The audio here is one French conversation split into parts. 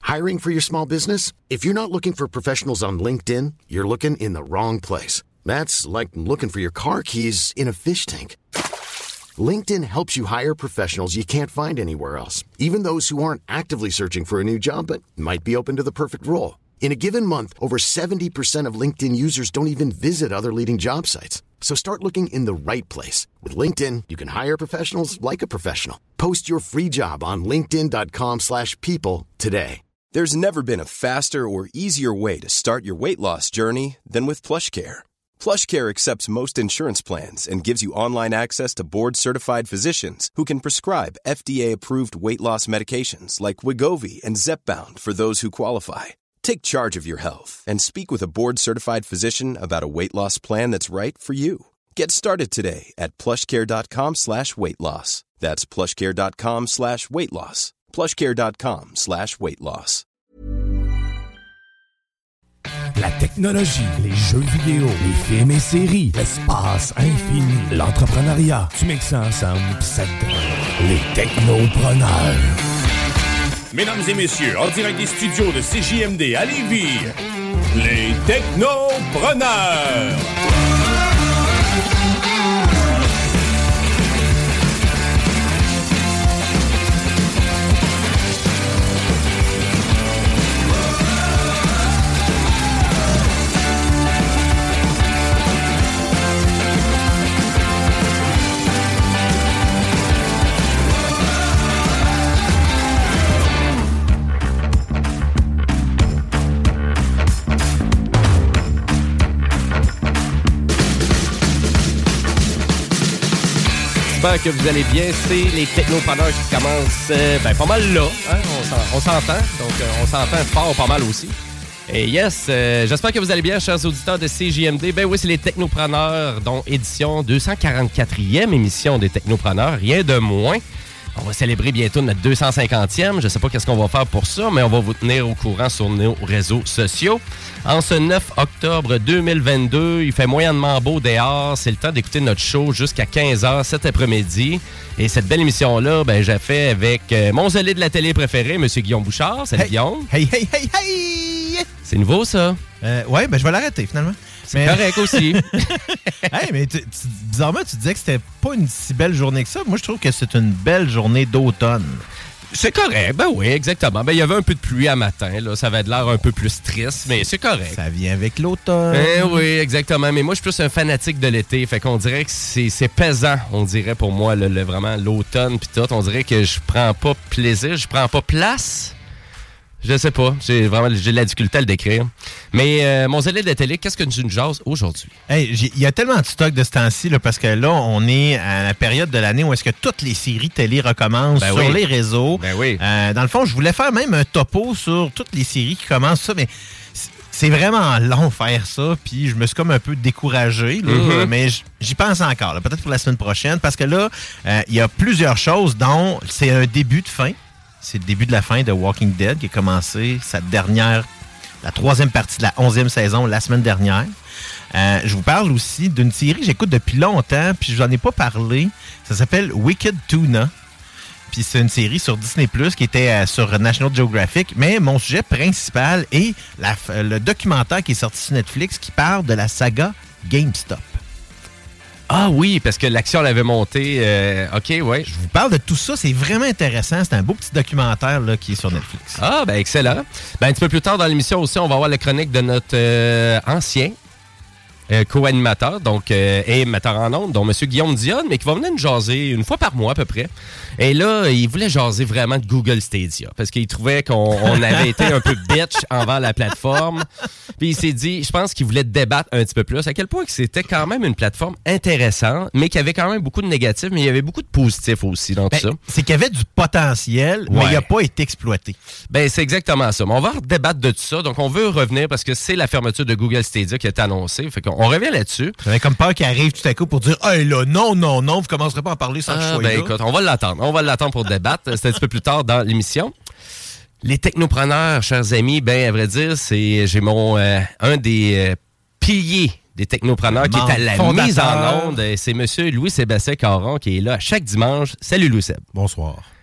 Hiring for your small business? If you're not looking for professionals on LinkedIn, you're looking in the wrong place. That's like looking for your car keys in a fish tank. LinkedIn helps you hire professionals you can't find anywhere else, even those who aren't actively searching for a new job but might be open to the perfect role. In a given month, over 70% of LinkedIn users don't even visit other leading job sites. So start looking in the right place. With LinkedIn, you can hire professionals like a professional. Post your free job on linkedin.com/people today. There's never been a faster or easier way to start your weight loss journey than with PlushCare. PlushCare accepts most insurance plans and gives you online access to board-certified physicians who can prescribe FDA-approved weight loss medications like Wegovy and Zepbound for those who qualify. Take charge of your health and speak with a board-certified physician about a weight loss plan that's right for you. Get started today at plushcare.com/weight loss. That's plushcare.com/weight loss. plushcare.com/weight loss. La technologie, les jeux vidéo, les films et séries, l'espace infini, l'entrepreneuriat. Tu mixes ça ensemble pis ça te donne les technopreneurs. Mesdames et messieurs, en direct des studios de CJMD à Lévis, les technopreneurs. J'espère que vous allez bien. C'est les technopreneurs qui commencent pas mal là. Hein? On s'entend. Donc, on s'entend fort pas mal aussi. Et yes, j'espère que vous allez bien, chers auditeurs de CJMD. Ben oui, c'est les technopreneurs, dont édition 244e émission des technopreneurs. Rien de moins. On va célébrer bientôt notre 250e. Je ne sais pas qu'est-ce qu'on va faire pour ça, mais on va vous tenir au courant sur nos réseaux sociaux. En ce 9 octobre 2022, il fait moyennement beau dehors. C'est le temps d'écouter notre show jusqu'à 15h cet après-midi. Et cette belle émission-là, ben, j'ai fait avec mon zélé de la télé préféré, M. Guillaume Bouchard. Salut, Guillaume. Hey! C'est nouveau, ça? Ouais, ben je vais l'arrêter, finalement. C'est correct aussi. Hey, mais bizarrement, tu disais que c'était pas une si belle journée que ça. Moi, je trouve que c'est une belle journée d'automne. C'est correct, ben oui, exactement. Ben il y avait un peu de pluie à matin, là. Ça avait de l'air un peu plus triste, mais c'est correct. Ça vient avec l'automne. Oui, exactement. Mais moi, je suis plus un fanatique de l'été. Fait qu'on dirait que c'est pesant, on dirait pour moi, vraiment l'automne pis tout. On dirait que je prends pas plaisir, je prends pas place. Je sais pas. J'ai de la difficulté à le décrire. Mais mon zélé de la télé, qu'est-ce que tu nous jases aujourd'hui? Hey, il y a tellement de stock de ce temps-ci, là, parce que là, on est à la période de l'année où est-ce que toutes les séries télé recommencent sur les réseaux. Ben oui. Dans le fond, je voulais faire même un topo sur toutes les séries qui commencent ça, mais c'est vraiment long faire ça, puis je me suis comme un peu découragé, là, mais j'y pense encore, là, peut-être pour la semaine prochaine, parce que là, il y a plusieurs choses dont c'est un début de fin. C'est le début de la fin de Walking Dead qui a commencé la troisième partie de la 11e saison la semaine dernière. Je vous parle aussi d'une série que j'écoute depuis longtemps, puis je n'en ai pas parlé. Ça s'appelle Wicked Tuna. Puis c'est une série sur Disney+, qui était sur National Geographic. Mais mon sujet principal est le documentaire qui est sorti sur Netflix qui parle de la saga GameStop. Ah oui, parce que l'action l'avait monté. OK, ouais. Je vous parle de tout ça. C'est vraiment intéressant. C'est un beau petit documentaire là, qui est sur Netflix. Ah, ben excellent. Ben, un petit peu plus tard dans l'émission aussi, on va avoir la chronique de notre ancien co-animateur, donc et metteur en ondes, dont M. Guillaume Dionne, mais qui va venir nous jaser une fois par mois à peu près. Et là, il voulait jaser vraiment de Google Stadia, parce qu'il trouvait qu'on avait été un peu bitch envers la plateforme. Puis il s'est dit, je pense qu'il voulait débattre un petit peu plus, à quel point que c'était quand même une plateforme intéressante, mais qui avait quand même beaucoup de négatifs, mais il y avait beaucoup de positifs aussi dans tout ça. C'est qu'il y avait du potentiel, mais il n'a pas été exploité. Ben c'est exactement ça. Mais on va redébattre de tout ça, donc on veut revenir, parce que c'est la fermeture de Google Stadia qui est annoncée. Fait qu'on revient là-dessus. J'avais comme peur qu'il arrive tout à coup pour dire « Hey là, non, vous commencerez pas à en parler sans que je sois là. » Ben écoute, on va l'attendre. On va l'attendre pour débattre. C'est un petit peu plus tard dans l'émission. Les technopreneurs, chers amis, ben à vrai dire, j'ai un des piliers des technopreneurs qui est à la mise en onde. C'est M. Louis-Sébastien Caron qui est là chaque dimanche. Salut Louis-Seb. Bonsoir.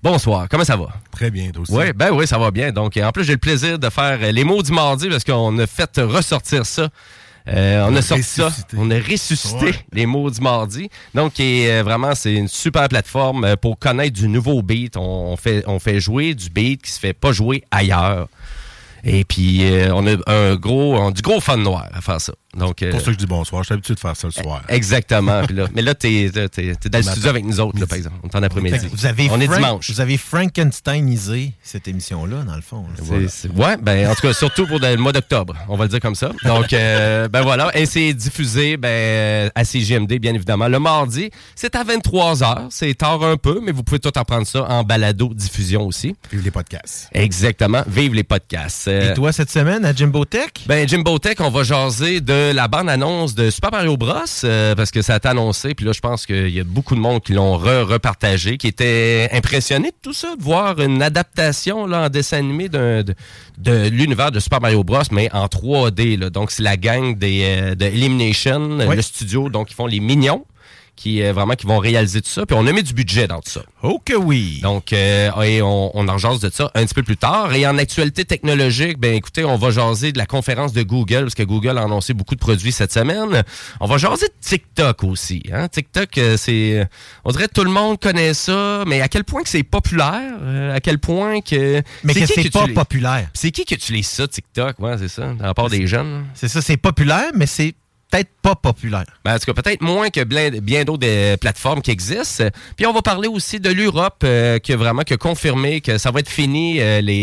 Bonsoir, comment ça va? Très bien, toi aussi. Oui, ça va bien. Donc, en plus, j'ai le plaisir de faire les mots du mardi parce qu'on a fait ressortir ça. On a sorti ça. On a ressuscité les mots du mardi. Donc, vraiment, c'est une super plateforme pour connaître du nouveau beat. On fait jouer du beat qui se fait pas jouer ailleurs. Et puis, on a du gros fun noir à faire ça. Donc, c'est pour ça que je dis bonsoir. Je suis habitué de faire ça le soir. Exactement. Puis là, mais là, t'es dans le studio avec nous autres, là, par exemple. On est en après-midi. On est dimanche. Vous avez Frankensteinisé cette émission-là, dans le fond. Voilà. Ouais, ben en tout cas, surtout pour le mois d'octobre. On va le dire comme ça. Donc, ben voilà. Et c'est diffusé à CJMD, bien évidemment. Le mardi, c'est à 23h. C'est tard un peu, mais vous pouvez tout apprendre ça en balado-diffusion aussi. Vive les podcasts. Exactement. Vive les podcasts. Et toi, cette semaine, à Jimbo Tech? Ben, Jimbo Tech, on va jaser de la bande-annonce de Super Mario Bros. Parce que ça a été annoncé. Puis là, je pense qu'il y a beaucoup de monde qui l'ont repartagé, qui était impressionné de tout ça, de voir une adaptation là, en dessin animé de l'univers de Super Mario Bros, mais en 3D. Là. Donc, c'est la gang de Illumination, le studio. Donc, ils font les Minions. Qui vont réaliser tout ça. Puis on a mis du budget dans tout ça. Oh que oui! Donc, et on en jase de ça un petit peu plus tard. Et en actualité technologique, ben écoutez, on va jaser de la conférence de Google, parce que Google a annoncé beaucoup de produits cette semaine. On va jaser de TikTok aussi. Hein? TikTok, on dirait que tout le monde connaît ça, mais à quel point que c'est populaire, à quel point que... Mais que c'est pas populaire. C'est qui utilise ça, TikTok? Ouais, c'est ça, à part des jeunes. C'est ça, c'est populaire, mais c'est peut-être pas populaire. Ben, en tout cas, peut-être moins que bien d'autres plateformes qui existent. Puis on va parler aussi de l'Europe qui a confirmé que ça va être fini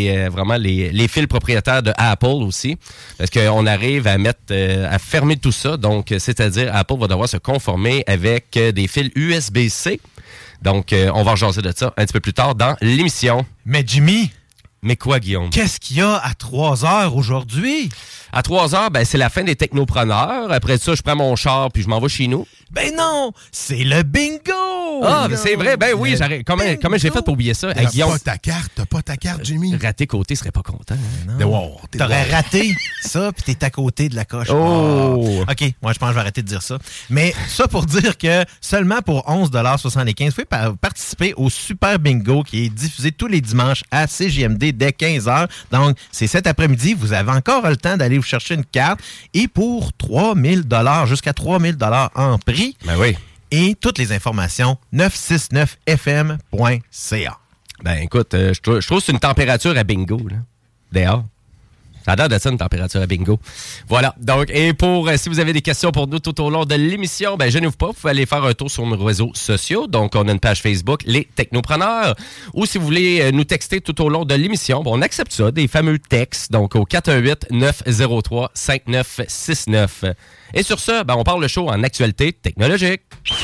les fils propriétaires de Apple aussi. Parce qu'on arrive à fermer tout ça. Donc, c'est-à-dire Apple va devoir se conformer avec des fils USB-C. Donc, on va rejaser de ça un petit peu plus tard dans l'émission. Mais Jimmy... Mais quoi, Guillaume? Qu'est-ce qu'il y a à 3h aujourd'hui? À 3h, ben, c'est la fin des technopreneurs. Après ça, je prends mon char puis je m'en vais chez nous. Ben non! C'est le bingo! Ah, ben c'est vrai. Ben oui, comment j'ai fait pour oublier ça? T'as pas ta carte, Jimmy? Raté côté serait pas content. Wow, t'aurais raté ça, puis t'es à côté de la coche. Oh! OK, moi, je pense que je vais arrêter de dire ça. Mais ça pour dire que seulement pour 11,75 $, vous pouvez participer au Super Bingo qui est diffusé tous les dimanches à CJMD dès 15h. Donc, c'est cet après-midi. Vous avez encore le temps d'aller vous chercher une carte. Et pour 3 000 $, jusqu'à 3 000 $ en prix. Ben oui. Et toutes les informations, 969fm.ca. Ben écoute, je trouve que c'est une température à bingo, là, dehors. Ça a l'air de ça, une température à bingo. Voilà. Donc, et si vous avez des questions pour nous tout au long de l'émission, ben, gênez-vous pas. Vous pouvez aller faire un tour sur nos réseaux sociaux. Donc, on a une page Facebook, Les Technopreneurs. Ou si vous voulez nous texter tout au long de l'émission, on accepte ça, des fameux textes. Donc, au 418-903-5969. Et sur ça, ben, on parle le show en actualité technologique.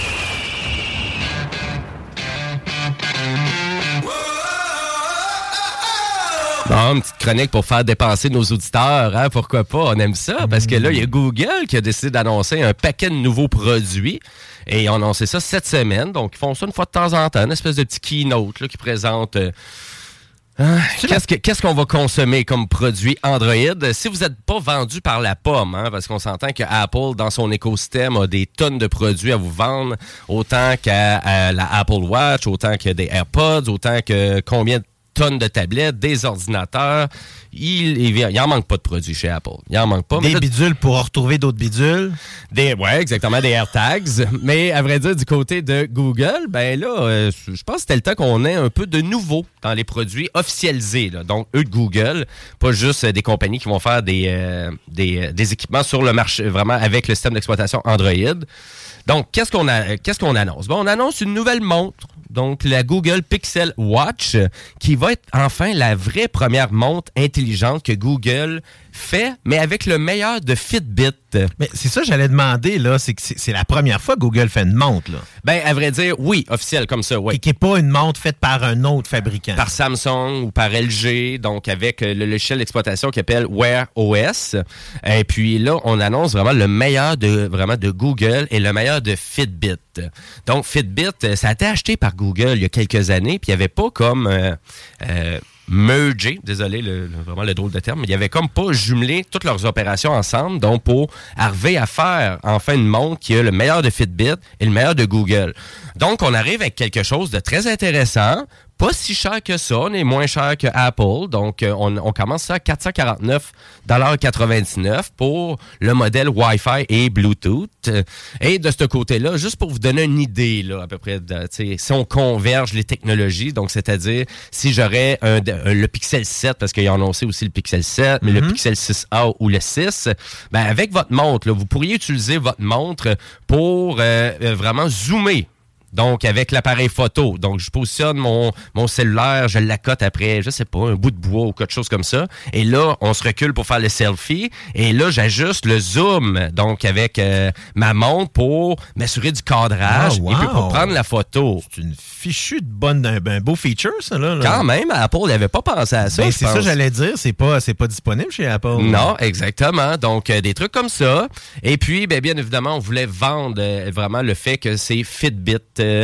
Bon, une petite chronique pour faire dépenser nos auditeurs, hein? Pourquoi pas? On aime ça, parce que là, il y a Google qui a décidé d'annoncer un paquet de nouveaux produits. Et ils ont annoncé ça cette semaine. Donc, ils font ça une fois de temps en temps, une espèce de petit keynote là, qui présente... Qu'est-ce qu'on va consommer comme produit Android? Si vous n'êtes pas vendu par la pomme, hein, parce qu'on s'entend que Apple, dans son écosystème, a des tonnes de produits à vous vendre, autant qu'à la Apple Watch, autant que des AirPods, autant que combien de tonnes de tablettes, des ordinateurs. Il en manque pas de produits chez Apple. Il en manque pas. Des bidules pour retrouver d'autres bidules. Ouais, exactement, des AirTags. Mais à vrai dire, du côté de Google, ben là, je pense que c'était le temps qu'on ait un peu de nouveau dans les produits officialisés. Là. Donc, eux de Google, pas juste des compagnies qui vont faire des équipements sur le marché, vraiment avec le système d'exploitation Android. Donc, qu'est-ce qu'on annonce? Bon, on annonce une nouvelle montre. Donc, la Google Pixel Watch, qui va être enfin la vraie première montre intelligente que Google fait, mais avec le meilleur de Fitbit. Mais c'est ça que j'allais demander, là. C'est la première fois que Google fait une montre, là. Ben, à vrai dire, oui, officielle comme ça, oui. Et qui n'est pas une montre faite par un autre fabricant. Par Samsung ou par LG, donc avec le logiciel d'exploitation qui s'appelle Wear OS. Et puis là, on annonce vraiment le meilleur de Google et le meilleur de Fitbit. Donc, Fitbit, ça a été acheté par Google il y a quelques années, puis il n'y avait pas comme... merger, désolé, vraiment le drôle de terme, mais il y avait comme pas jumelé toutes leurs opérations ensemble, donc pour arriver à faire enfin une montre qui a le meilleur de Fitbit et le meilleur de Google. Donc, on arrive avec quelque chose de très intéressant, pas si cher que ça. On est moins cher que Apple. Donc, on commence ça à 449,99 pour le modèle Wi-Fi et Bluetooth. Et de ce côté-là, juste pour vous donner une idée, là, à peu près, si on converge les technologies, donc c'est-à-dire si j'aurais le Pixel 7, parce qu'ils ont annoncé aussi le Pixel 7, mais le Pixel 6A ou le 6, ben avec votre montre, là, vous pourriez utiliser votre montre pour vraiment zoomer. Donc, avec l'appareil photo. Donc, je positionne mon cellulaire, je l'accote après, je sais pas, un bout de bois ou quelque chose comme ça. Et là, on se recule pour faire le selfie. Et là, j'ajuste le zoom, donc avec ma montre pour m'assurer du cadrage et puis pour prendre la photo. C'est une fichue un beau feature, ça, là. Quand même, Apple n'avait pas pensé à ça, ben, c'est ça, j'allais dire. C'est pas disponible chez Apple. Non, exactement. Donc, des trucs comme ça. Et puis, bien évidemment, on voulait vendre vraiment le fait que c'est Fitbit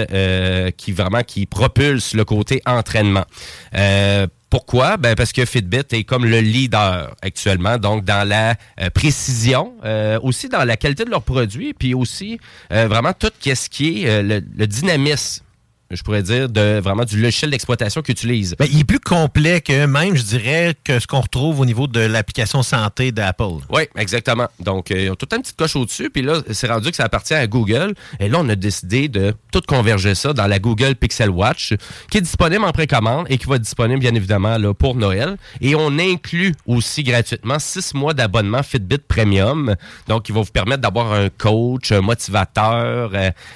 qui propulse le côté entraînement. Pourquoi? Ben parce que Fitbit est comme le leader actuellement, donc dans la précision, aussi dans la qualité de leurs produits, puis aussi vraiment tout ce qui est le dynamisme. Je pourrais dire, vraiment du logiciel d'exploitation qu'ils utilisent. Ben, il est plus complet que même, je dirais, que ce qu'on retrouve au niveau de l'application santé d'Apple. Oui, exactement. Donc, ils ont tout une petite coche au-dessus, puis là, c'est rendu que ça appartient à Google. Et là, on a décidé de tout converger ça dans la Google Pixel Watch, qui est disponible en précommande et qui va être disponible, bien évidemment, là, pour Noël. Et on inclut aussi gratuitement 6 mois d'abonnement Fitbit Premium. Donc, il va vous permettre d'avoir un coach, un motivateur,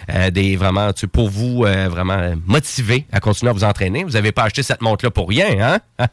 pour vous, vraiment motivé à continuer à vous entraîner. Vous n'avez pas acheté cette montre-là pour rien, hein?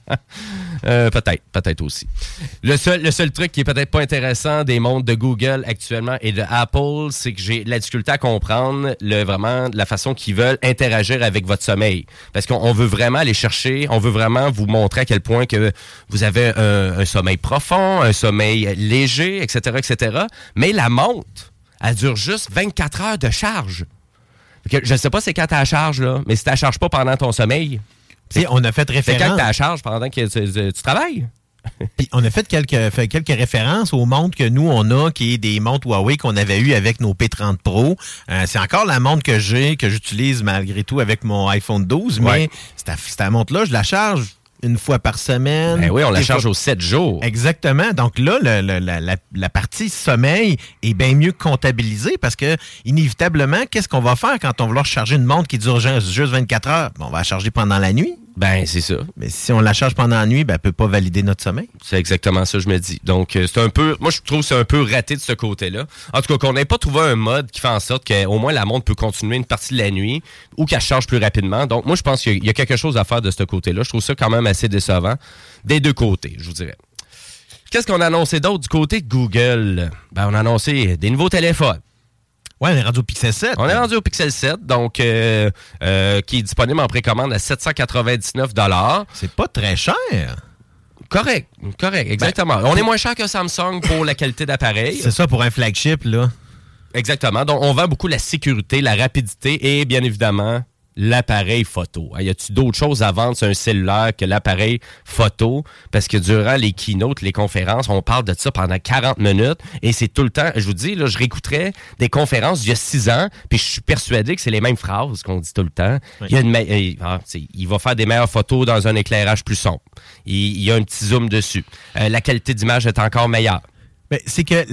Peut-être aussi. Le seul truc qui est peut-être pas intéressant des montres de Google actuellement et de Apple, c'est que j'ai la difficulté à comprendre vraiment la façon qu'ils veulent interagir avec votre sommeil. Parce qu'on veut vraiment aller chercher, on veut vraiment vous montrer à quel point que vous avez un sommeil profond, un sommeil léger, etc., etc. Mais la montre, elle dure juste 24 heures de charge. Je ne sais pas c'est quand tu as la charge, là, mais si tu ne la charges pas pendant ton sommeil, on a fait référence. C'est quand tu as la charge pendant que tu travailles. Puis on a fait quelques références aux montres que nous, on a, qui est des montres Huawei qu'on avait eues avec nos P30 Pro. C'est encore la montre que j'utilise malgré tout avec mon iPhone 12, mais cette montre-là, je la charge une fois par semaine. Ben oui, on la charge aux 7 jours. Exactement. Donc là, la partie sommeil est bien mieux comptabilisée parce que, inévitablement, qu'est-ce qu'on va faire quand on va vouloir charger une montre qui dure juste 24 heures? On va la charger pendant la nuit. Ben, c'est ça. Mais si on la charge pendant la nuit, ben, elle ne peut pas valider notre sommeil. C'est exactement ça, je me dis. Donc, c'est un peu... Moi, je trouve que c'est un peu raté de ce côté-là. En tout cas, qu'on n'ait pas trouvé un mode qui fait en sorte qu'au moins la montre peut continuer une partie de la nuit ou qu'elle charge plus rapidement. Donc, moi, je pense qu'il y a quelque chose à faire de ce côté-là. Je trouve ça quand même assez décevant des deux côtés, je vous dirais. Qu'est-ce qu'on a annoncé d'autre du côté de Google? Ben, on a annoncé des nouveaux téléphones. Oui, on est rendu au Pixel 7. On est rendu au Pixel 7, donc qui est disponible en précommande à 799 $. C'est pas très cher. Correct, exactement. On est moins cher que Samsung pour la qualité d'appareil. C'est ça, pour un flagship, là. Exactement. Donc, on vend beaucoup la sécurité, la rapidité et, bien évidemment, l'appareil photo. Y a-t-il d'autres choses à vendre sur un cellulaire que l'appareil photo? Parce que durant les keynotes, les conférences, on parle de ça pendant 40 minutes et c'est tout le temps, je vous dis, là, je réécouterais des conférences d'il y a 6 ans puis je suis persuadé que c'est les mêmes phrases qu'on dit tout le temps. Oui. Il va faire des meilleures photos dans un éclairage plus sombre. Il y a un petit zoom dessus. La qualité d'image est encore meilleure. Ben, c'est que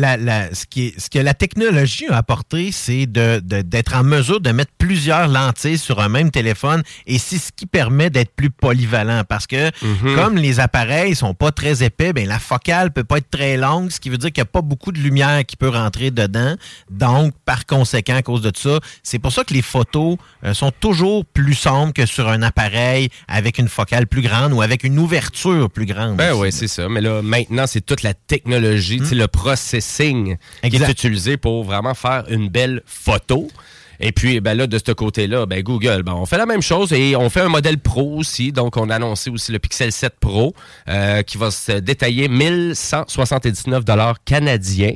ce que la technologie a apporté, c'est d'être en mesure de mettre plusieurs lentilles sur un même téléphone et c'est ce qui permet d'être plus polyvalent parce que comme les appareils sont pas très épais, ben la focale peut pas être très longue, ce qui veut dire qu'il n'y a pas beaucoup de lumière qui peut rentrer dedans. Donc, par conséquent, à cause de ça, c'est pour ça que les photos sont toujours plus sombres que sur un appareil avec une focale plus grande ou avec une ouverture plus grande. Ben oui, c'est ça. Mais là, maintenant, c'est toute la technologie, le processing qui est utilisé pour vraiment faire une belle photo. Et puis, ben là, de ce côté-là, ben Google, on fait la même chose et on fait un modèle Pro aussi. Donc, on a annoncé aussi le Pixel 7 Pro qui va se détailler 1179 $ canadiens.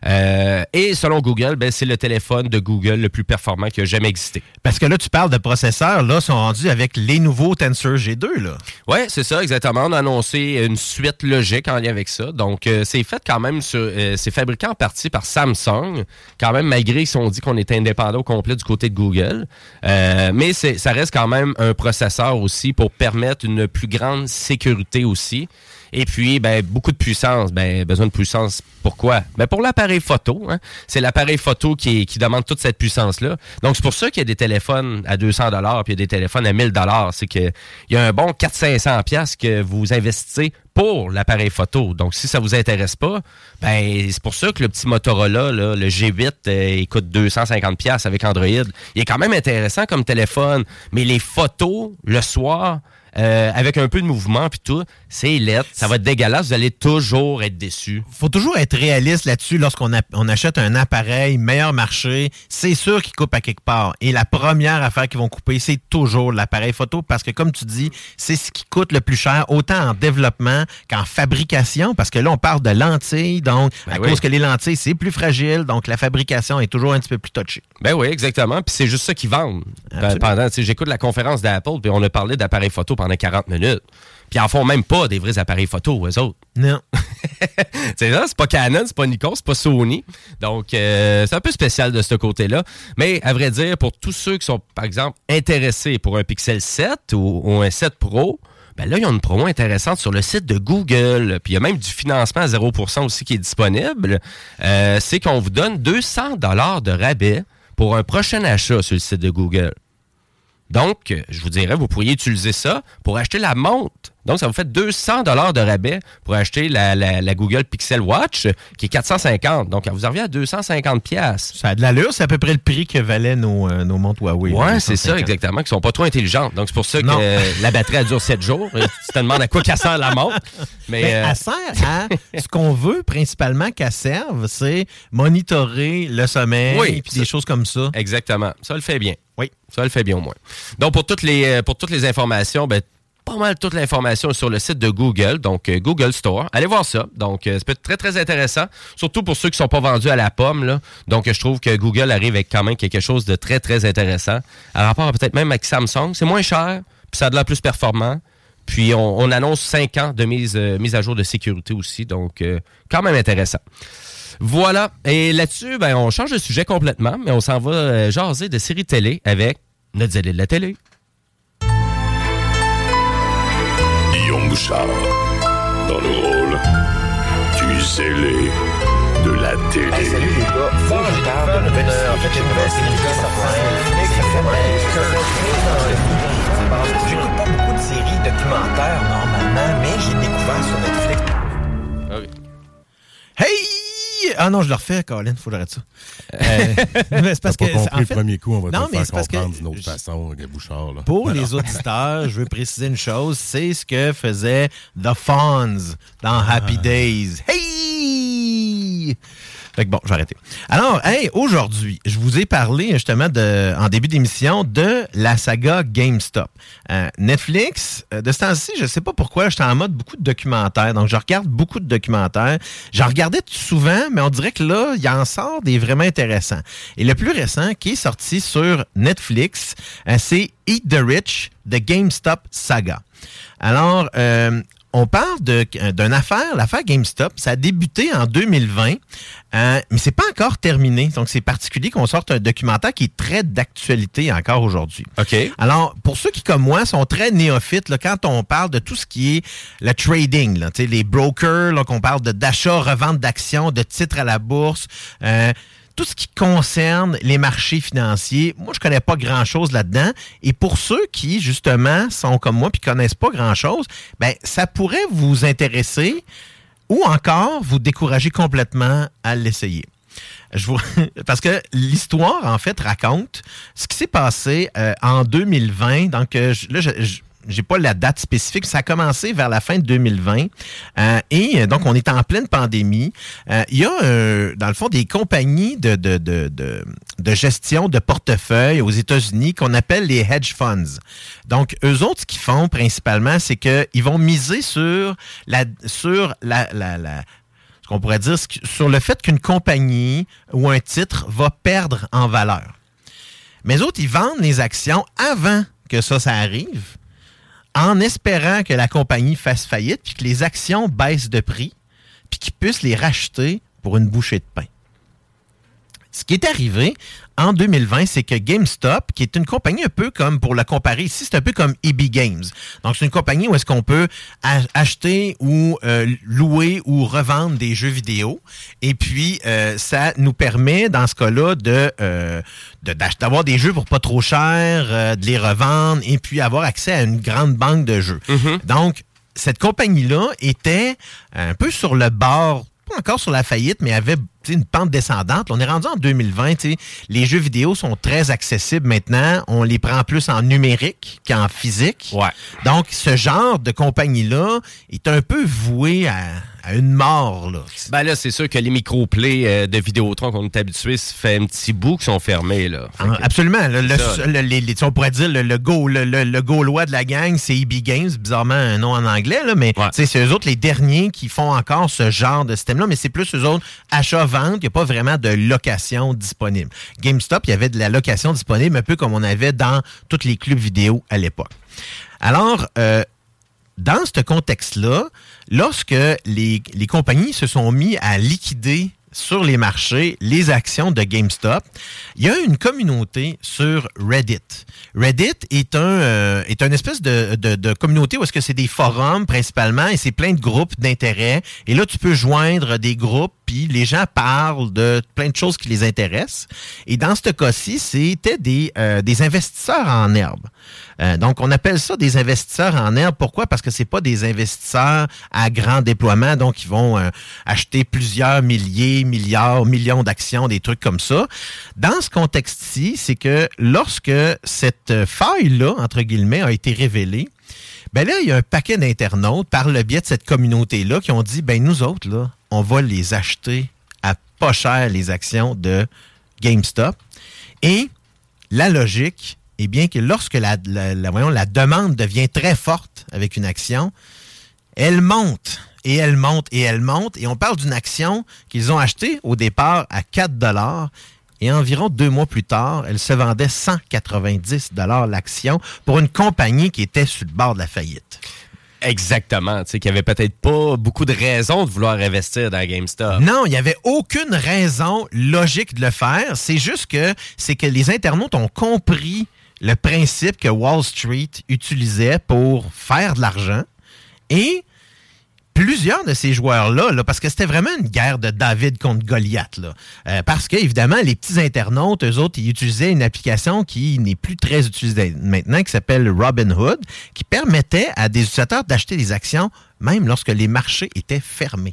Et selon Google, ben c'est le téléphone de Google le plus performant qui a jamais existé. Parce que là, tu parles de processeurs, là, sont rendus avec les nouveaux Tensor G2, là. Oui, c'est ça, exactement. On a annoncé une suite logique en lien avec ça. Donc, c'est fait quand même c'est fabriqué en partie par Samsung. Quand même, malgré qu'ils ont dit qu'on était indépendant au complet complet du côté de Google. Mais ça reste quand même un processeur aussi pour permettre une plus grande sécurité aussi. Et puis, beaucoup de puissance. Besoin de puissance, pourquoi? Pour l'appareil photo. Hein? C'est l'appareil photo qui demande toute cette puissance-là. Donc, c'est pour ça qu'il y a des téléphones à 200 $ puis il y a des téléphones à 1000 $. C'est qu'il y a un bon 400-500$ que vous investissez pour l'appareil photo. Donc, si ça vous intéresse pas, c'est pour ça que le petit Motorola, là, le G8, il coûte 250$ avec Android. Il est quand même intéressant comme téléphone, mais les photos, le soir... avec un peu de mouvement puis tout, c'est laid. Ça va être dégueulasse. Vous allez toujours être déçu. Faut toujours être réaliste là-dessus lorsqu'on on achète un appareil meilleur marché. C'est sûr qu'il coupe à quelque part. Et la première affaire qu'ils vont couper, c'est toujours l'appareil photo parce que, comme tu dis, c'est ce qui coûte le plus cher, autant en développement qu'en fabrication, parce que là, on parle de lentilles. Donc, cause que les lentilles, c'est plus fragile. Donc, la fabrication est toujours un petit peu plus touchée. Ben oui, exactement. Puis c'est juste ça qu'ils vendent. J'écoute la conférence d'Apple, puis on a parlé d'appareils photo pendant 40 minutes. Puis ils en font même pas des vrais appareils photo, eux autres. Non. C'est pas Canon, c'est pas Nikon, c'est pas Sony. Donc, c'est un peu spécial de ce côté-là. Mais à vrai dire, pour tous ceux qui sont, par exemple, intéressés pour un Pixel 7 ou un 7 Pro, là, ils ont une promo intéressante sur le site de Google. Puis il y a même du financement à 0% aussi qui est disponible. C'est qu'on vous donne 200 $ de rabais pour un prochain achat sur le site de Google. Donc, je vous dirais, vous pourriez utiliser ça pour acheter la montre. Donc, ça vous fait 200 $ de rabais pour acheter la Google Pixel Watch, qui est 450. Donc, elle vous en revient à 250$. Ça a de l'allure, c'est à peu près le prix que valaient nos montres Huawei. Oui, c'est ça, exactement, qui sont pas trop intelligentes. Donc, c'est pour ça que la batterie, elle dure 7 jours. Tu te demandes à quoi qu'elle sert la montre. Mais elle sert à ce qu'on veut principalement qu'elle serve, c'est monitorer le sommeil et des choses comme ça. Exactement. Ça le fait bien. Oui. Ça le fait bien au moins. Donc, pour toutes les informations, pas mal toute l'information sur le site de Google, donc Google Store. Allez voir ça. Donc, ça peut être très, très intéressant, surtout pour ceux qui ne sont pas vendus à la pomme, là. Donc, je trouve que Google arrive avec quand même quelque chose de très, très intéressant. À rapport peut-être même avec Samsung, c'est moins cher, puis ça a de l'air plus performant. Puis, on annonce 5 ans de mise à jour de sécurité aussi. Donc, quand même intéressant. Voilà. Et là-dessus, on change de sujet complètement, mais on s'en va jaser de séries télé avec notre zélé de la télé. Guillaume Bouchard, dans le rôle du zélé de la télé. Hey, salut les gars, faut que je parle de nouvelle série. En fait, j'ai une nouvelle série qui J'écoute pas beaucoup de séries documentaires normalement, mais j'ai découvert sur Netflix. Hey! Ah non, je le refais, Colin, faut que j'arrête ça. Mais c'est parce que compris en fait, le premier coup, on va non, te le mais faire c'est comprendre parce d'une autre façon, Bouchard. Là. Pour les auditeurs, je veux préciser une chose, c'est ce que faisait The Fonz dans Happy Days. Hey! Fait que bon, je vais arrêter. Alors, aujourd'hui, je vous ai parlé justement en début d'émission de la saga GameStop. Netflix, de ce temps-ci, je ne sais pas pourquoi, j'étais en mode beaucoup de documentaires. Donc, je regarde beaucoup de documentaires. J'en regardais souvent, mais on dirait que là, il en sort des vraiment intéressants. Et le plus récent qui est sorti sur Netflix, c'est Eat the Rich, The GameStop Saga. Alors, on parle d'une affaire, l'affaire GameStop. Ça a débuté en 2020, mais c'est pas encore terminé. Donc, c'est particulier qu'on sorte un documentaire qui est très d'actualité encore aujourd'hui. OK. Alors, pour ceux qui, comme moi, sont très néophytes, là, quand on parle de tout ce qui est le trading, là, les brokers, là, qu'on parle d'achat, revente d'actions, de titres à la bourse, tout ce qui concerne les marchés financiers, moi, je connais pas grand-chose là-dedans. Et pour ceux qui, justement, sont comme moi puis connaissent pas grand-chose, ça pourrait vous intéresser ou encore vous décourager complètement à l'essayer. Parce que l'histoire, en fait, raconte ce qui s'est passé en 2020. Donc, là, j'ai pas la date spécifique. Ça a commencé vers la fin de 2020. Et donc, on est en pleine pandémie. Il y a, dans le fond, des compagnies de gestion de portefeuille aux États-Unis qu'on appelle les hedge funds. Donc, eux autres, ce qu'ils font principalement, c'est qu'ils vont miser sur ce qu'on pourrait dire, sur le fait qu'une compagnie ou un titre va perdre en valeur. Mais eux autres, ils vendent les actions avant que ça arrive, en espérant que la compagnie fasse faillite, puis que les actions baissent de prix, puis qu'ils puissent les racheter pour une bouchée de pain. Ce qui est arrivé en 2020, c'est que GameStop, qui est une compagnie un peu comme, pour la comparer ici, c'est un peu comme EB Games. Donc, c'est une compagnie où est-ce qu'on peut acheter ou louer ou revendre des jeux vidéo. Et puis, ça nous permet, dans ce cas-là, d'avoir des jeux pour pas trop cher, de les revendre et puis avoir accès à une grande banque de jeux. Mm-hmm. Donc, cette compagnie-là était un peu sur le bord, pas encore sur la faillite, mais avait une pente descendante. On est rendu en 2020. Les jeux vidéo sont très accessibles maintenant. On les prend plus en numérique qu'en physique. Ouais. Donc, ce genre de compagnie-là est un peu voué à une mort. Là. Ben là, c'est sûr que les micro-plays de Vidéotron qu'on est habitué, ça fait un petit bout qui sont fermés. Là. Absolument. On pourrait dire le Gaulois de la gang, c'est EB Games, bizarrement un nom en anglais, là, mais c'est eux autres les derniers qui font encore ce genre de système-là, mais c'est plus eux autres achats-ventes. Il n'y a pas vraiment de location disponible. GameStop, il y avait de la location disponible, un peu comme on avait dans tous les clubs vidéo à l'époque. Alors, dans ce contexte-là, lorsque les compagnies se sont mis à liquider sur les marchés les actions de GameStop, il y a une communauté sur Reddit. Reddit est une espèce de communauté où est-ce que c'est des forums principalement et c'est plein de groupes d'intérêt. Et là, tu peux joindre des groupes puis les gens parlent de plein de choses qui les intéressent. Et dans ce cas-ci, c'était des investisseurs en herbe. Donc, on appelle ça des investisseurs en herbe. Pourquoi? Parce que c'est pas des investisseurs à grand déploiement, donc ils vont acheter plusieurs milliers, milliards, millions d'actions, des trucs comme ça. Dans ce contexte-ci, c'est que lorsque cette faille-là, entre guillemets, a été révélée, ben là, il y a un paquet d'internautes, par le biais de cette communauté-là, qui ont dit, ben nous autres, là, on va les acheter à pas cher, les actions de GameStop. Et la logique, eh bien que lorsque la demande devient très forte avec une action, elle monte, et elle monte, et elle monte. Et on parle d'une action qu'ils ont achetée au départ à 4 $. Et environ 2 mois plus tard, elle se vendait 190 $ l'action pour une compagnie qui était sur le bord de la faillite. Exactement. Tu sais, qu'il n'y avait peut-être pas beaucoup de raisons de vouloir investir dans GameStop. Non, il n'y avait aucune raison logique de le faire. C'est juste que les internautes ont compris le principe que Wall Street utilisait pour faire de l'argent. Et plusieurs de ces joueurs-là, parce que c'était vraiment une guerre de David contre Goliath, là. Parce que, évidemment, les petits internautes, eux autres, ils utilisaient une application qui n'est plus très utilisée maintenant, qui s'appelle Robinhood, qui permettait à des utilisateurs d'acheter des actions même lorsque les marchés étaient fermés.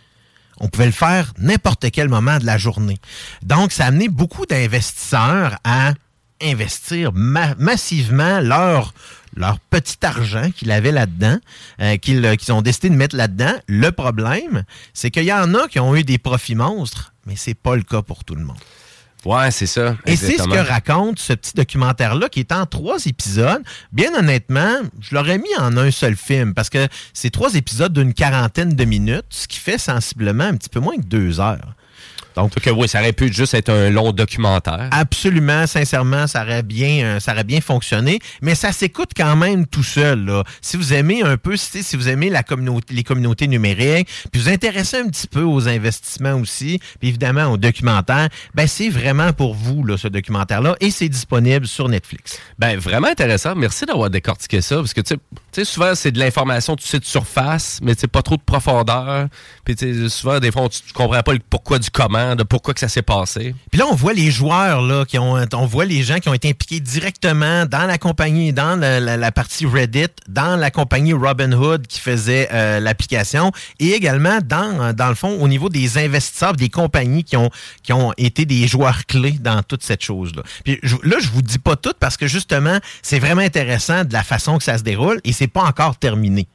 On pouvait le faire n'importe quel moment de la journée. Donc, ça a amené beaucoup d'investisseurs à investir massivement leur petit argent qu'ils avaient là-dedans, qu'ils ont décidé de mettre là-dedans. Le problème, c'est qu'il y en a qui ont eu des profits monstres, mais c'est pas le cas pour tout le monde. Ouais, c'est ça. Et c'est ce que raconte ce petit documentaire-là, qui est en 3 épisodes. Bien honnêtement, je l'aurais mis en un seul film, parce que c'est 3 épisodes d'une 40aine de minutes, ce qui fait sensiblement un petit peu moins que 2 heures. Donc, oui, ça aurait pu juste être un long documentaire. Absolument, sincèrement, ça aurait bien fonctionné, mais ça s'écoute quand même tout seul, là. Si vous aimez un peu, si vous aimez les communautés numériques, puis vous intéressez un petit peu aux investissements aussi, puis évidemment aux documentaires, ben c'est vraiment pour vous, là, ce documentaire-là, et c'est disponible sur Netflix. Ben vraiment intéressant. Merci d'avoir décortiqué ça, parce que tu sais, souvent c'est de l'information, tu sais, de surface, mais tu sais, pas trop de profondeur. Puis tu sais, souvent, des fois, tu comprends pas le pourquoi du comment, de pourquoi que ça s'est passé. Puis là, on voit les joueurs, là, on voit les gens qui ont été impliqués directement dans la compagnie, dans la partie Reddit, dans la compagnie Robinhood qui faisait l'application, et également dans le fond, au niveau des investisseurs, des compagnies qui ont été des joueurs clés dans toute cette chose-là. Puis là, je vous dis pas tout parce que justement, c'est vraiment intéressant de la façon que ça se déroule et c'est pas encore terminé.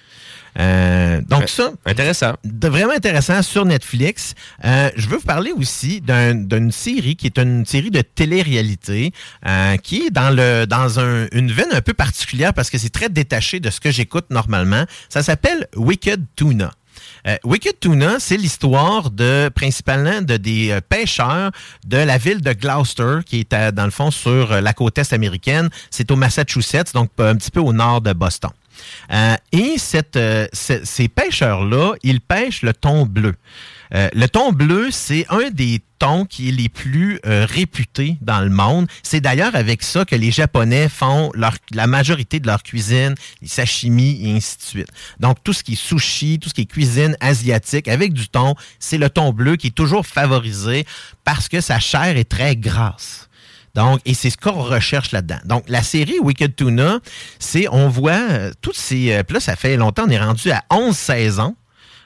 Donc ça, intéressant. Vraiment intéressant sur Netflix. Je veux vous parler aussi d'une série qui est une série de télé-réalité qui est dans une veine un peu particulière parce que c'est très détaché de ce que j'écoute normalement. Ça s'appelle Wicked Tuna. Wicked Tuna, c'est l'histoire principalement des pêcheurs de la ville de Gloucester, qui est dans le fond sur la côte est américaine. C'est au Massachusetts, donc un petit peu au nord de Boston. Et ces pêcheurs-là, ils pêchent le thon bleu. Le ton bleu, c'est un des tons qui est les plus réputés dans le monde. C'est d'ailleurs avec ça que les Japonais font la majorité de leur cuisine, les sashimi et ainsi de suite. Donc, tout ce qui est sushi, tout ce qui est cuisine asiatique avec du thon, c'est le thon bleu qui est toujours favorisé parce que sa chair est très grasse. Donc, et c'est ce qu'on recherche là-dedans. Donc, la série Wicked Tuna, on voit toutes ces... Puis là, ça fait longtemps, on est rendu à 11 saisons.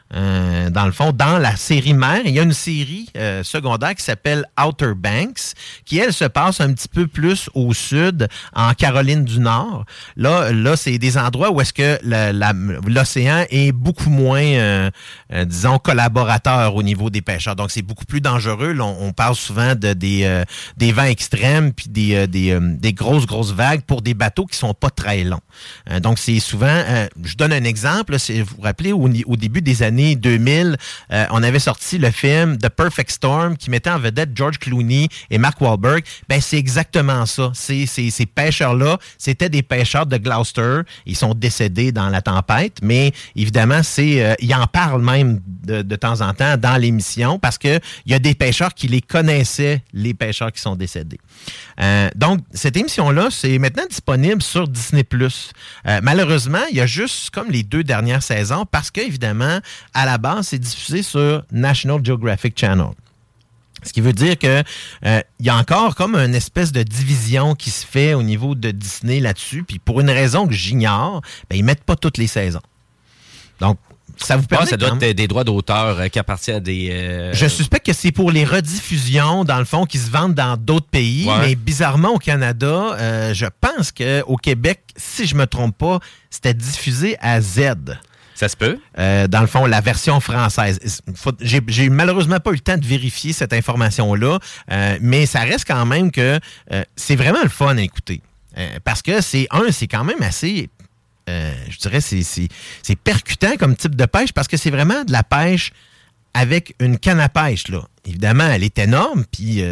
Dans le fond, dans la série mère, il y a une série secondaire qui s'appelle Outer Banks, qui, elle, se passe un petit peu plus au sud, en Caroline du Nord. Là, c'est des endroits où est-ce que l'océan est beaucoup moins, disons, collaborateur au niveau des pêcheurs. Donc, c'est beaucoup plus dangereux. Là, on parle souvent des vents extrêmes puis des grosses vagues pour des bateaux qui sont pas très longs. Donc, c'est souvent... je donne un exemple. Là, vous vous rappelez, au début des années 2000, on avait sorti le film The Perfect Storm qui mettait en vedette George Clooney et Mark Wahlberg. Ben, c'est exactement ça. Ces pêcheurs-là, c'était des pêcheurs de Gloucester. Ils sont décédés dans la tempête, mais évidemment, ils en parlent même de temps en temps dans l'émission parce qu'il y a des pêcheurs qui les connaissaient, les pêcheurs qui sont décédés. Donc, cette émission-là, c'est maintenant disponible sur Disney+. Malheureusement, il y a juste comme les 2 dernières saisons parce qu'évidemment, à la base, c'est diffusé sur National Geographic Channel. Ce qui veut dire que y a encore comme une espèce de division qui se fait au niveau de Disney là-dessus. Puis pour une raison que j'ignore, ils mettent pas toutes les saisons. Donc, ça vous permet... ça doit être des droits d'auteur qui appartiennent à des... Je suspecte que c'est pour les rediffusions, dans le fond, qui se vendent dans d'autres pays. Ouais. Mais bizarrement, au Canada, je pense qu'au Québec, si je me trompe pas, c'était diffusé à Z. Ça se peut. Dans le fond, la version française. J'ai malheureusement pas eu le temps de vérifier cette information-là, mais ça reste quand même que c'est vraiment le fun à écouter. Parce que c'est quand même assez... je dirais c'est percutant comme type de pêche parce que c'est vraiment de la pêche avec une canne à pêche, là. Évidemment, elle est énorme, puis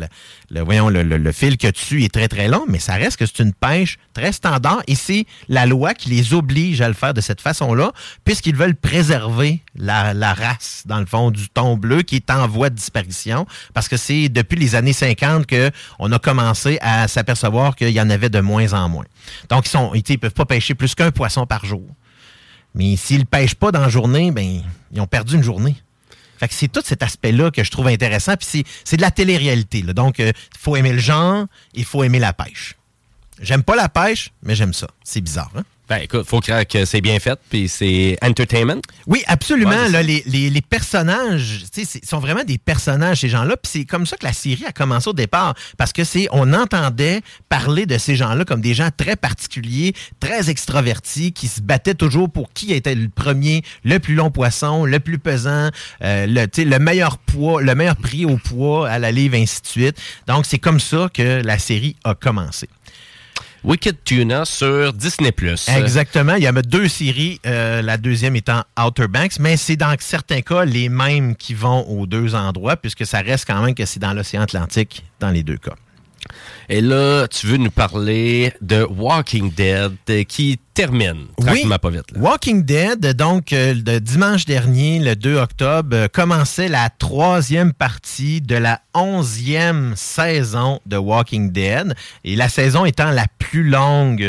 le fil que dessus est très, très long, mais ça reste que c'est une pêche très standard et c'est la loi qui les oblige à le faire de cette façon-là, puisqu'ils veulent préserver la race, dans le fond, du thon bleu qui est en voie de disparition, parce que c'est depuis les années 50 qu'on a commencé à s'apercevoir qu'il y en avait de moins en moins. Donc, ils peuvent pas pêcher plus qu'un poisson par jour. Mais s'ils ne pêchent pas dans la journée, ils ont perdu une journée. Fait que c'est tout cet aspect-là que je trouve intéressant. Puis c'est de la télé-réalité, là. Donc, il faut aimer le genre, il faut aimer la pêche. J'aime pas la pêche, mais j'aime ça. C'est bizarre, hein? Ben, écoute, faut croire que c'est bien fait, puis c'est entertainment. Oui, absolument. Ouais, là, les personnages, sont vraiment des personnages, ces gens-là. Puis c'est comme ça que la série a commencé au départ. Parce que on entendait parler de ces gens-là comme des gens très particuliers, très extravertis, qui se battaient toujours pour qui était le premier, le plus long poisson, le plus pesant, le meilleur poids, le meilleur prix au poids à la livre, ainsi de suite. Donc, c'est comme ça que la série a commencé. Wicked Tuna sur Disney+. Exactement. Il y a 2 séries, la deuxième étant Outer Banks, mais c'est dans certains cas les mêmes qui vont aux 2 endroits, puisque ça reste quand même que c'est dans l'océan Atlantique dans les 2 cas. Et là, tu veux nous parler de Walking Dead qui termine. Tranquillement, pas vite. Là. Walking Dead, donc, le dimanche dernier, le 2 octobre, commençait la 3e partie de la 11e saison de Walking Dead. Et la saison étant la plus longue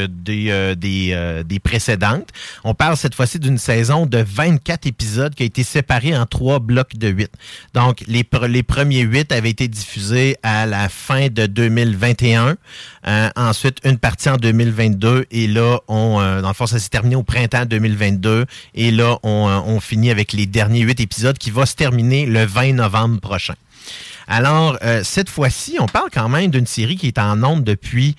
des précédentes. On parle cette fois-ci d'une saison de 24 épisodes qui a été séparée en 3 blocs de 8. Donc, les premiers 8 avaient été diffusés à la fin de 2021. Ensuite, une partie en 2022. Et là, dans le fond, ça s'est terminé au printemps 2022. Et là, on finit avec les derniers 8 épisodes qui vont se terminer le 20 novembre prochain. Alors, cette fois-ci, on parle quand même d'une série qui est en ondes depuis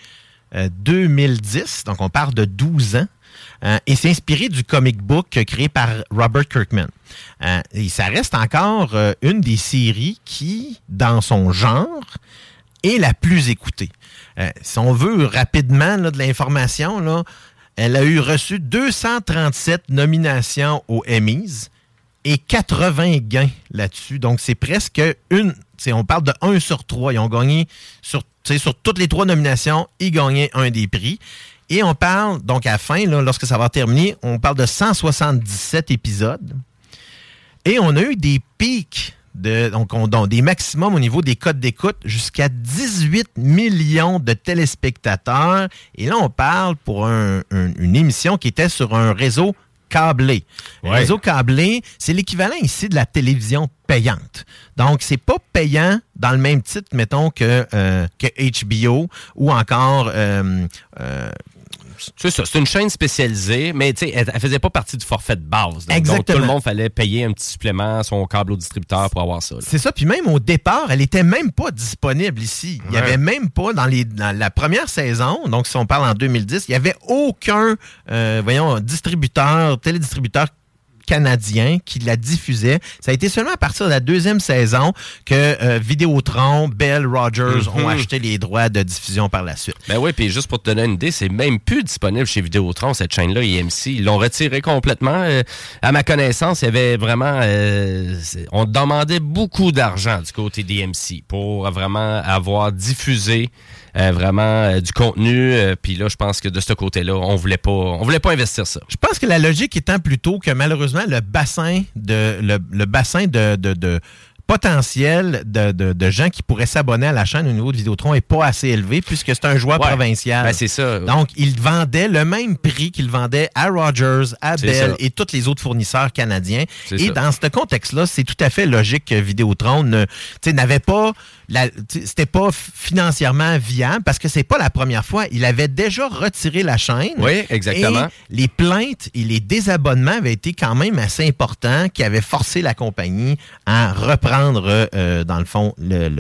2010. Donc, on parle de 12 ans. Et c'est inspiré du comic book créé par Robert Kirkman. Et ça reste encore une des séries qui, dans son genre, est la plus écoutée. Si on veut rapidement de l'information, là, elle a reçu 237 nominations aux Emmys et 80 gains là-dessus. Donc, c'est presque on parle de 1 sur 3. Ils ont gagné sur toutes les 3 nominations, ils gagnaient un des prix. Et on parle, donc à la fin, là, lorsque ça va terminer, on parle de 177 épisodes. Et on a eu des pics, donc des maximums au niveau des codes d'écoute, jusqu'à 18 millions de téléspectateurs. Et là, on parle pour une émission qui était sur un réseau câblé. Le réseau câblé, c'est l'équivalent ici de la télévision payante. Donc, c'est pas payant dans le même titre, mettons, que HBO ou encore... c'est ça, c'est une chaîne spécialisée, mais elle faisait pas partie du forfait de base. Donc, tout le monde fallait payer un petit supplément à son câble au distributeur pour avoir ça. Là. C'est ça, puis même au départ, elle était même pas disponible ici. Il y avait même pas, dans la première saison, donc si on parle en 2010, il y avait aucun, télédistributeur canadien qui la diffusait. Ça a été seulement à partir de la deuxième saison que Vidéotron, Bell, Rogers ont acheté les droits de diffusion par la suite. Ben oui, puis juste pour te donner une idée, c'est même plus disponible chez Vidéotron, cette chaîne-là, IMC. Ils l'ont retiré complètement. À ma connaissance, il y avait vraiment... on demandait beaucoup d'argent du côté d'IMC pour vraiment avoir diffusé du contenu. Puis là, je pense que de ce côté-là, on voulait pas investir ça. Je pense que la logique étant plutôt que malheureusement, le bassin de potentiel de gens qui pourraient s'abonner à la chaîne au niveau de Vidéotron n'est pas assez élevé puisque c'est un joueur provincial. Ben c'est ça. Donc, ils vendaient le même prix qu'ils vendaient à Rogers, à Bell et tous les autres fournisseurs canadiens. Et dans ce contexte-là, c'est tout à fait logique que Vidéotron n'avait pas... c'était pas financièrement viable parce que c'est pas la première fois. Il avait déjà retiré la chaîne. Oui, exactement. Et les plaintes et les désabonnements avaient été quand même assez importants qui avaient forcé la compagnie à reprendre, dans le fond,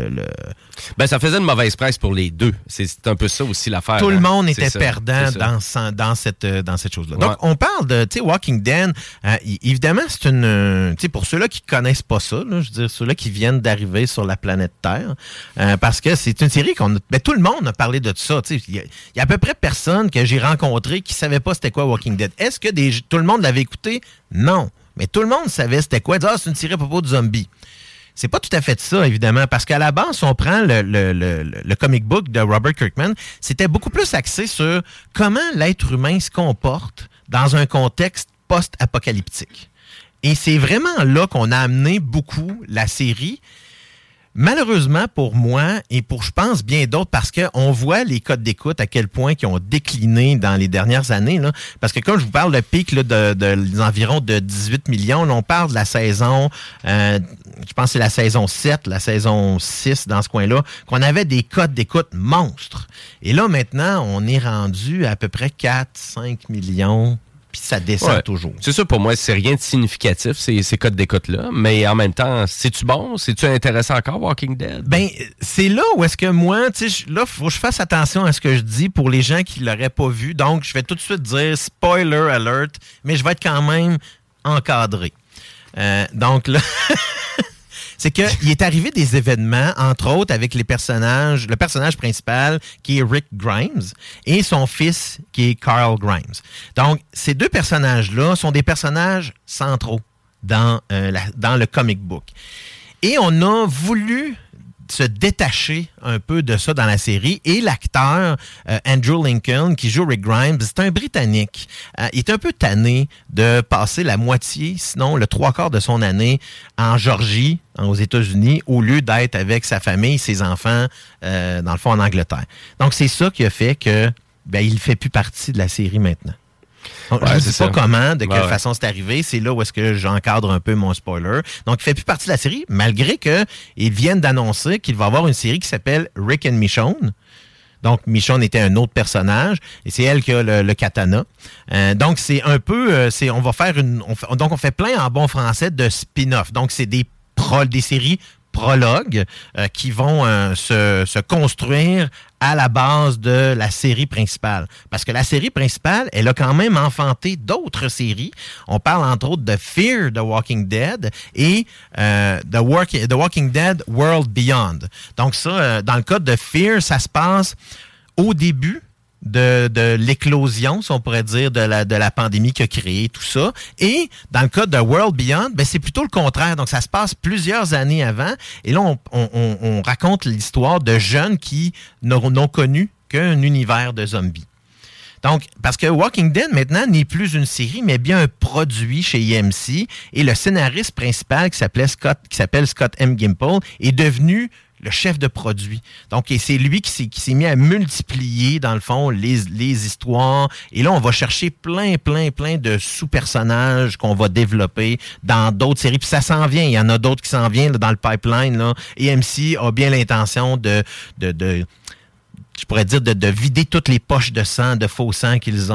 Ben, ça faisait une mauvaise presse pour les deux. C'est un peu ça aussi l'affaire. Tout le monde était perdant dans cette chose-là. Donc, on parle de Walking Dead. Évidemment, c'est une... pour ceux-là qui connaissent pas ça, là, je veux dire, ceux-là qui viennent d'arriver sur la planète Terre, parce que c'est une série tout le monde a parlé de ça. Il y a à peu près personne que j'ai rencontré qui savait pas c'était quoi Walking Dead. Est-ce que tout le monde l'avait écouté? Non. Mais tout le monde savait c'était quoi. C'est une série à propos de zombies. C'est pas tout à fait ça, évidemment, parce qu'à la base, si on prend le comic book de Robert Kirkman, c'était beaucoup plus axé sur comment l'être humain se comporte dans un contexte post-apocalyptique. Et c'est vraiment là qu'on a amené beaucoup la série. Malheureusement pour moi et pour, je pense, bien d'autres, parce qu'on voit les codes d'écoute à quel point ils ont décliné dans les dernières années. Là, parce que comme je vous parle, le pic là, des environs de 18 millions, là, on parle de la saison, je pense que c'est la saison 7, la saison 6 dans ce coin-là, qu'on avait des codes d'écoute monstres. Et là, maintenant, on est rendu à peu près 4-5 millions. Puis ça descend toujours. C'est ça, pour moi, c'est rien de significatif, ces codes d'écoute-là. Mais en même temps, c'est-tu bon? C'est-tu intéressant encore, Walking Dead? Ben, c'est là où est-ce que moi, tu sais, là, il faut que je fasse attention à ce que je dis pour les gens qui ne l'auraient pas vu. Donc, je vais tout de suite dire spoiler alert, mais je vais être quand même encadré. Donc là... c'est qu'il est arrivé des événements, entre autres avec le personnage principal qui est Rick Grimes et son fils qui est Carl Grimes. Donc, ces deux personnages-là sont des personnages centraux dans le comic book. Et on a voulu se détacher un peu de ça dans la série. Et l'acteur Andrew Lincoln, qui joue Rick Grimes, c'est un Britannique. Il est un peu tanné de passer la moitié, sinon le 3/4 de son année en Georgie, aux États-Unis, au lieu d'être avec sa famille, ses enfants, dans le fond, en Angleterre. Donc, c'est ça qui a fait que il ne fait plus partie de la série maintenant. Donc, je ne sais pas comment, de quelle façon c'est arrivé. C'est là où est-ce que j'encadre un peu mon spoiler. Donc, il ne fait plus partie de la série, malgré qu'ils viennent d'annoncer qu'il va y avoir une série qui s'appelle Rick and Michonne. Donc, Michonne était un autre personnage, et c'est elle qui a le katana. Donc, c'est un peu... on fait plein en bon français de spin-off. Donc, c'est des séries prologues qui vont se construire à la base de la série principale. Parce que la série principale, elle a quand même enfanté d'autres séries. On parle entre autres de Fear the Walking Dead et The Walking Dead World Beyond. Donc ça, dans le cas de Fear, ça se passe au début de l'éclosion, si on pourrait dire, de la pandémie qui a créé tout ça. Et dans le cas de World Beyond, c'est plutôt le contraire. Donc, ça se passe plusieurs années avant. Et là, on raconte l'histoire de jeunes qui n'ont connu qu'un univers de zombies. Donc, parce que Walking Dead, maintenant, n'est plus une série, mais bien un produit chez AMC. Et le scénariste principal, qui s'appelle Scott M. Gimple, est devenu le chef de produit. Donc, et c'est lui qui s'est mis à multiplier, dans le fond, les histoires. Et là, on va chercher plein de sous-personnages qu'on va développer dans d'autres séries. Puis ça s'en vient. Il y en a d'autres qui s'en viennent là, dans le pipeline. Là. AMC a bien l'intention de vider toutes les poches de sang, de faux sang qu'ils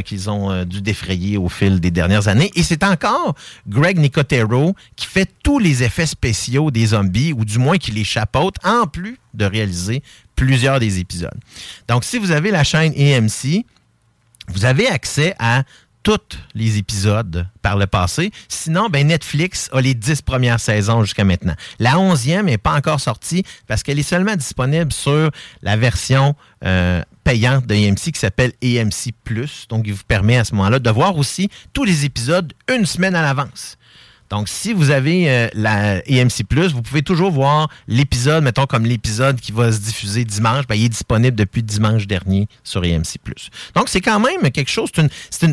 ont dû défrayer au fil des dernières années. Et c'est encore Greg Nicotero qui fait tous les effets spéciaux des zombies, ou du moins qui les chapeaute, en plus de réaliser plusieurs des épisodes. Donc, si vous avez la chaîne AMC, vous avez accès à tous les épisodes par le passé. Sinon, Netflix a les 10 premières saisons jusqu'à maintenant. La 11e n'est pas encore sortie parce qu'elle est seulement disponible sur la version payante de AMC qui s'appelle AMC+. Donc, il vous permet à ce moment-là de voir aussi tous les épisodes une semaine à l'avance. Donc, si vous avez la AMC+, vous pouvez toujours voir l'épisode, mettons comme l'épisode qui va se diffuser dimanche. Il est disponible depuis dimanche dernier sur AMC+. Donc, c'est quand même quelque chose, c'est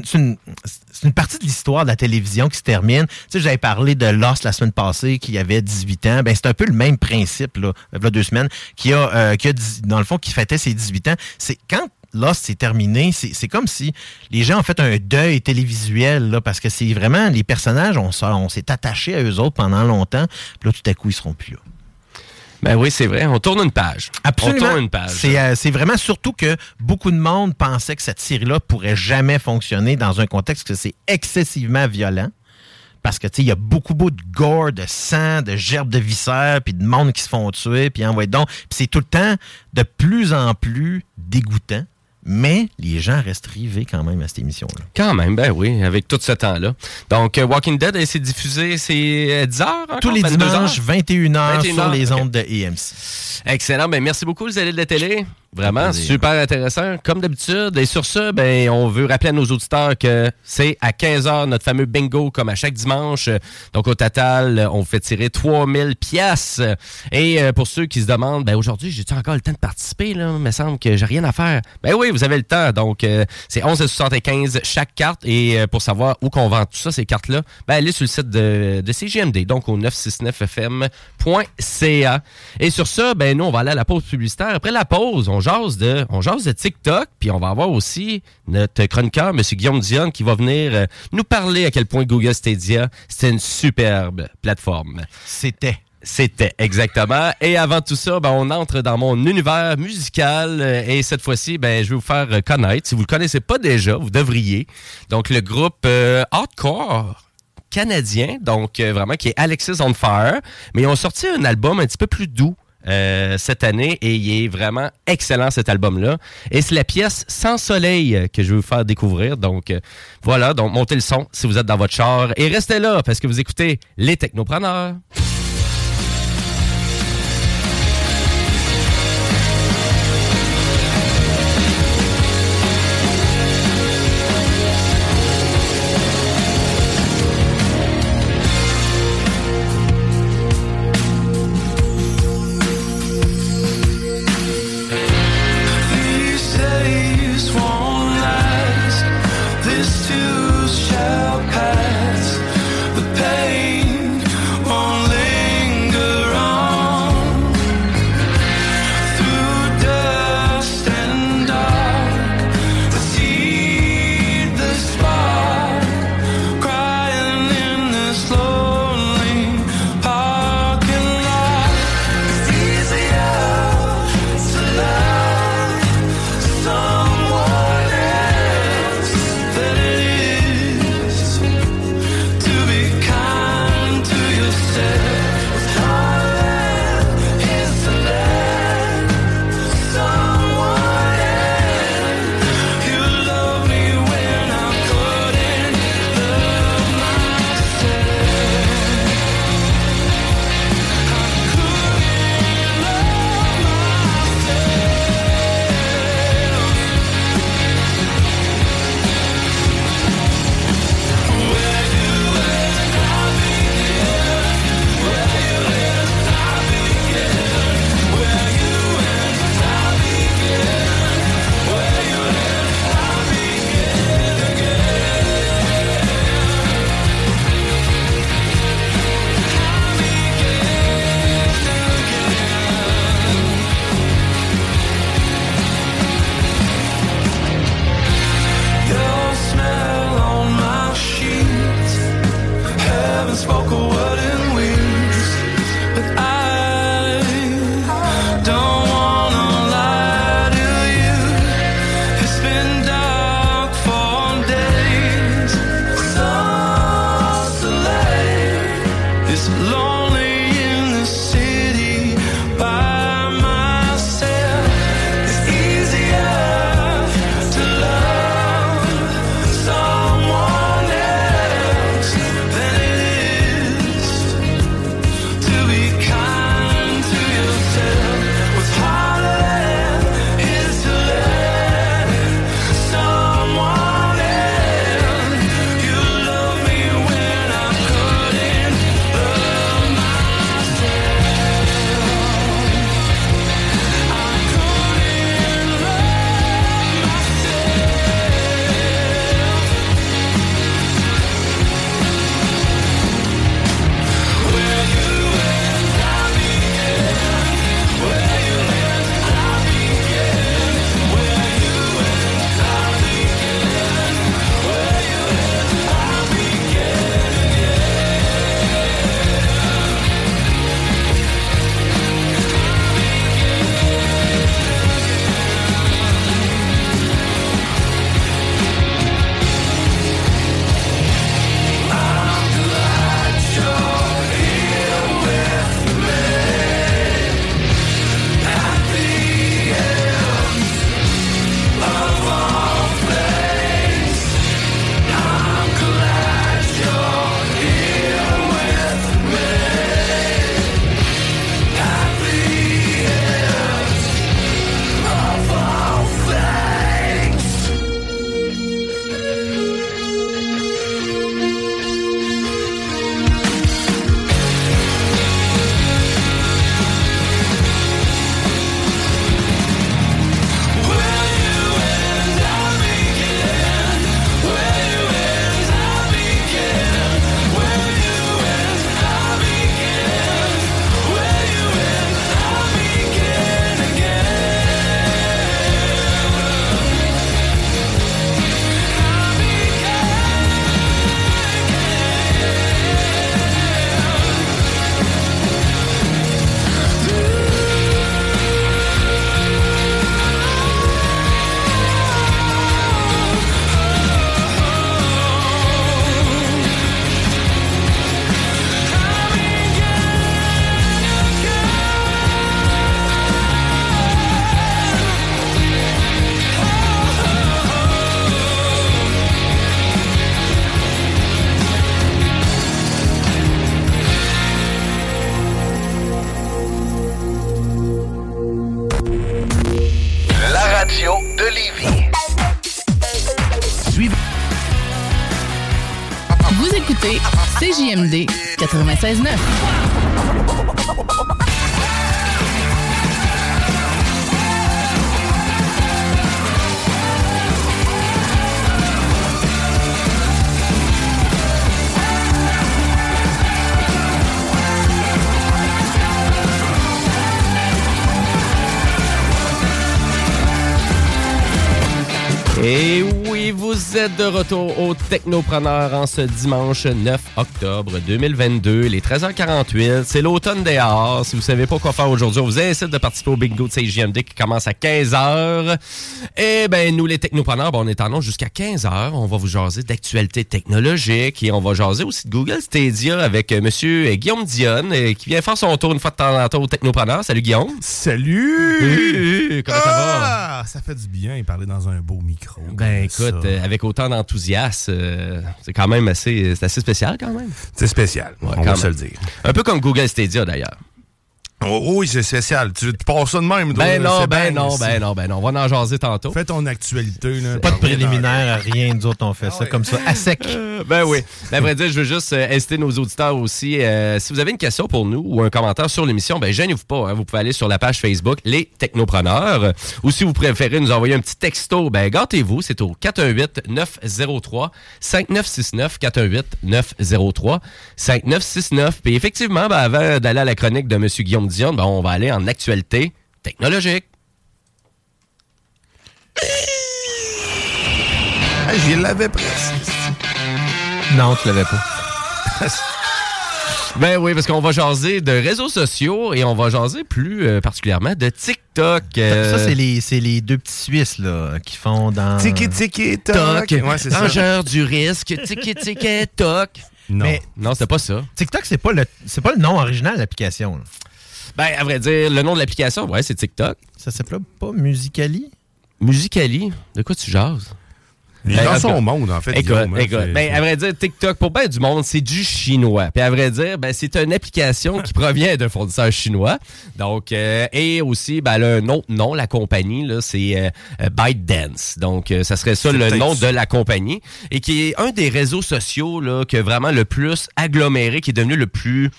une partie de l'histoire de la télévision qui se termine. Tu sais, j'avais parlé de Lost la semaine passée, qui avait 18 ans. C'est un peu le même principe, là, il y a 2 semaines, qui a dans le fond, qui fêtait ses 18 ans. C'est quand Lost, c'est terminé. C'est comme si les gens ont fait un deuil télévisuel, là, parce que c'est vraiment les personnages, on s'est attaché à eux autres pendant longtemps. Puis là, tout à coup, ils seront plus là. Ben oui, c'est vrai. On tourne une page. Absolument. On tourne une page. C'est vraiment surtout que beaucoup de monde pensait que cette série-là pourrait jamais fonctionner dans un contexte que c'est excessivement violent. Parce que, tu sais, il y a beaucoup de gore, de sang, de gerbes de viscères, puis de monde qui se font tuer, puis envoyer donc. Puis c'est tout le temps de plus en plus dégoûtant. Mais les gens restent rivés quand même à cette émission-là. Quand même, ben oui, avec tout ce temps-là. Donc, Walking Dead, c'est diffusé, c'est 10 heures encore? Tous les dimanches, 21h sur les ondes de AMC. Excellent. Ben merci beaucoup, les allées de la télé. Vraiment, super intéressant, comme d'habitude. Et sur ça, on veut rappeler à nos auditeurs que c'est à 15h notre fameux bingo, comme à chaque dimanche. Donc, au total, on fait tirer 3000 piastres. Et pour ceux qui se demandent, aujourd'hui, j'ai-tu encore le temps de participer, là? Il me semble que j'ai rien à faire. Ben oui, vous avez le temps. Donc, c'est 11,75 chaque carte. Et pour savoir où qu'on vend tout ça, ces cartes-là, allez sur le site de CJMD, donc au 969fm.ca. Et sur ça, nous, on va aller à la pause publicitaire. Après la pause, on jase de TikTok, puis on va avoir aussi notre chroniqueur, M. Guillaume Dionne, qui va venir nous parler à quel point Google Stadia, c'était une superbe plateforme. C'était, exactement. Et avant tout ça, on entre dans mon univers musical. Et cette fois-ci, je vais vous faire connaître. Si vous ne le connaissez pas déjà, vous devriez. Donc, le groupe hardcore canadien, donc vraiment qui est Alexis on Fire. Mais ils ont sorti un album un petit peu plus doux cette année, et il est vraiment excellent, cet album-là. Et c'est la pièce Sans Soleil que je vais vous faire découvrir. Donc, voilà. Donc, montez le son si vous êtes dans votre char. Et restez là parce que vous écoutez Les Technopreneurs. Shall pass. The pain won't let It's lonely in the city by myself. It's easier to love someone else than it is to be kind to yourself. What's harder is to let someone else. You love me when I couldn't love myself. I couldn't love myself. Where you and I began, where you and I began, where you and I began, where you and I began, I'm glad you're here with me at the end of all things. I'm glad you're here with me at the end of all things. Where you and I began, where you and I began, where you and I began, where you and I began La radio de Lévis. Vous écoutez CJMD 96.9. Et oui, vous êtes de retour au Technopreneur en ce dimanche 9 octobre 2022, les 13h48. C'est l'automne dehors. Si vous savez pas quoi faire aujourd'hui, on vous incite de participer au Bingo de CJMD qui commence à 15h. Et ben nous, les Technopreneurs, on est en ondes jusqu'à 15h. On va vous jaser d'actualités technologiques et on va jaser aussi de Google Stadia avec monsieur Guillaume Dionne qui vient faire son tour une fois de temps en temps au Technopreneur. Salut Guillaume. Salut! Comment ça va? Ça fait du bien parler dans un beau micro. Ben écoute, avec autant d'enthousiasme, c'est quand même assez spécial quand même. C'est spécial, ouais, on va se le dire. Un peu comme Google Stadia d'ailleurs. Oh, oui, c'est spécial. Tu passes ça de même. Ben non. On va en jaser tantôt. Fais ton actualité. Là, pas de préliminaire, rien. Nous autres, on fait ça comme ça, à sec. Ben oui. À vrai dire, je veux juste inciter nos auditeurs aussi. Si vous avez une question pour nous ou un commentaire sur l'émission, ben gênez-vous pas. Hein, vous pouvez aller sur la page Facebook Les Technopreneurs. Ou si vous préférez nous envoyer un petit texto, ben gâtez-vous. C'est au 418-903-5969. 418-903-5969. Puis effectivement, ben, avant d'aller à la chronique de M. Guillaume Dionne, ben, on va aller en actualité technologique. Je l'avais presque. Non, tu l'avais pas. Ben oui, parce qu'on va jaser de réseaux sociaux et on va jaser plus particulièrement de TikTok. Ça, c'est les deux petits Suisses là, qui font dans... Tiki-tiki-toc. Ouais, c'est ça. Rangeur du risque. Tiki-tiki-toc. Non. Mais Non, c'était pas ça. TikTok, c'est pas le nom original de l'application. Là. Ben, à vrai dire, le nom de l'application, ouais, c'est TikTok. Ça s'appelle pas Musical.ly? Musical.ly? De quoi tu jases? Il est dans son monde, en fait. Écoute, Guillaume, hein, ben, à vrai dire, TikTok, pour bien du monde, c'est du chinois. Puis à vrai dire, ben, c'est une application qui provient d'un fournisseur chinois. Donc, et aussi, ben, elle a un autre nom, la compagnie, là, c'est ByteDance. Donc, ça serait ça le nom de la compagnie. Et qui est un des réseaux sociaux, là, que vraiment le plus aggloméré, qui est devenu le plus...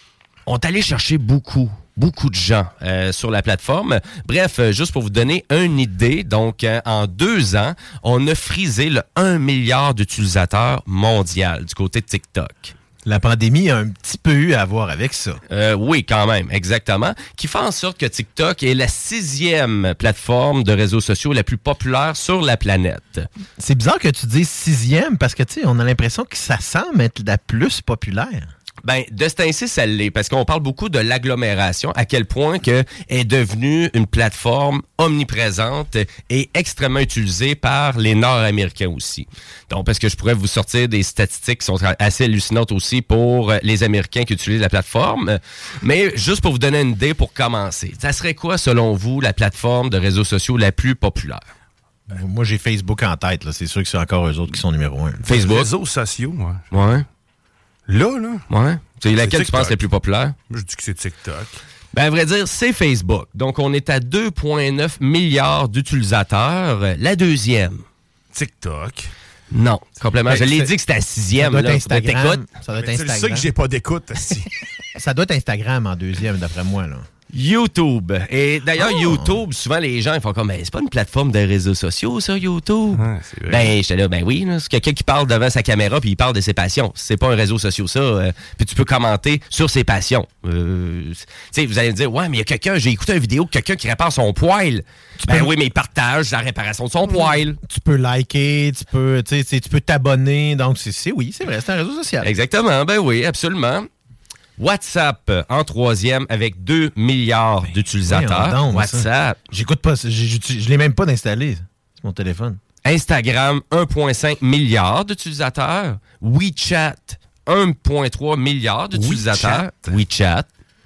On est allé chercher beaucoup de gens sur la plateforme. Bref, juste pour vous donner une idée, donc en 2 ans, on a frisé le 1 milliard d'utilisateurs mondial du côté de TikTok. La pandémie a un petit peu eu à voir avec ça. Oui, quand même, exactement. Qui fait en sorte que TikTok est la 6e plateforme de réseaux sociaux la plus populaire sur la planète. C'est bizarre que tu dises 6e parce que, tu sais, on a l'impression que ça semble être la plus populaire. Ben, de ce temps-ci, ça l'est, parce qu'on parle beaucoup de l'agglomération, à quel point que est devenue une plateforme omniprésente et extrêmement utilisée par les Nord-Américains aussi. Donc, parce que je pourrais vous sortir des statistiques qui sont assez hallucinantes aussi pour les Américains qui utilisent la plateforme. Mais juste pour vous donner une idée pour commencer, ça serait quoi, selon vous, la plateforme de réseaux sociaux la plus populaire? Moi, j'ai Facebook en tête, là. C'est sûr que c'est encore eux autres qui sont numéro 1. Facebook? Les réseaux sociaux, Ouais. Là. Ouais. C'est laquelle tu penses la plus populaire? Je dis que c'est TikTok. Ben, à vrai dire, c'est Facebook. Donc, on est à 2,9 milliards d'utilisateurs. La deuxième. TikTok. Non, complètement. Ben, je l'ai dit que c'était la 6e. Ça doit être là. Instagram. T'écoutes? Ça doit être C'est le Instagram. seul que j'ai pas d'écoute. Ça doit être Instagram en 2e, d'après moi, là. YouTube. Et d'ailleurs, YouTube, souvent, les gens ils font comme, c'est pas une plateforme de réseaux sociaux, ça, YouTube? Ouais, c'est vrai. Ben, j'étais là, ben oui, là, c'est quelqu'un qui parle devant sa caméra puis il parle de ses passions. C'est pas un réseau social, ça. Puis tu peux commenter sur ses passions. Tu sais, vous allez me dire, ouais, mais il y a quelqu'un, j'ai écouté une vidéo de quelqu'un qui répare son poil. Oui, mais il partage la réparation de son poil. Tu peux liker, tu peux t'abonner. Donc, oui, c'est vrai, c'est un réseau social. Exactement, ben oui, absolument. WhatsApp en 3e avec 2 milliards d'utilisateurs. Donc, WhatsApp. J'écoute pas, je l'ai même pas d'installer sur mon téléphone. Instagram, 1,5 milliard d'utilisateurs. WeChat, 1,3 milliard d'utilisateurs. WeChat.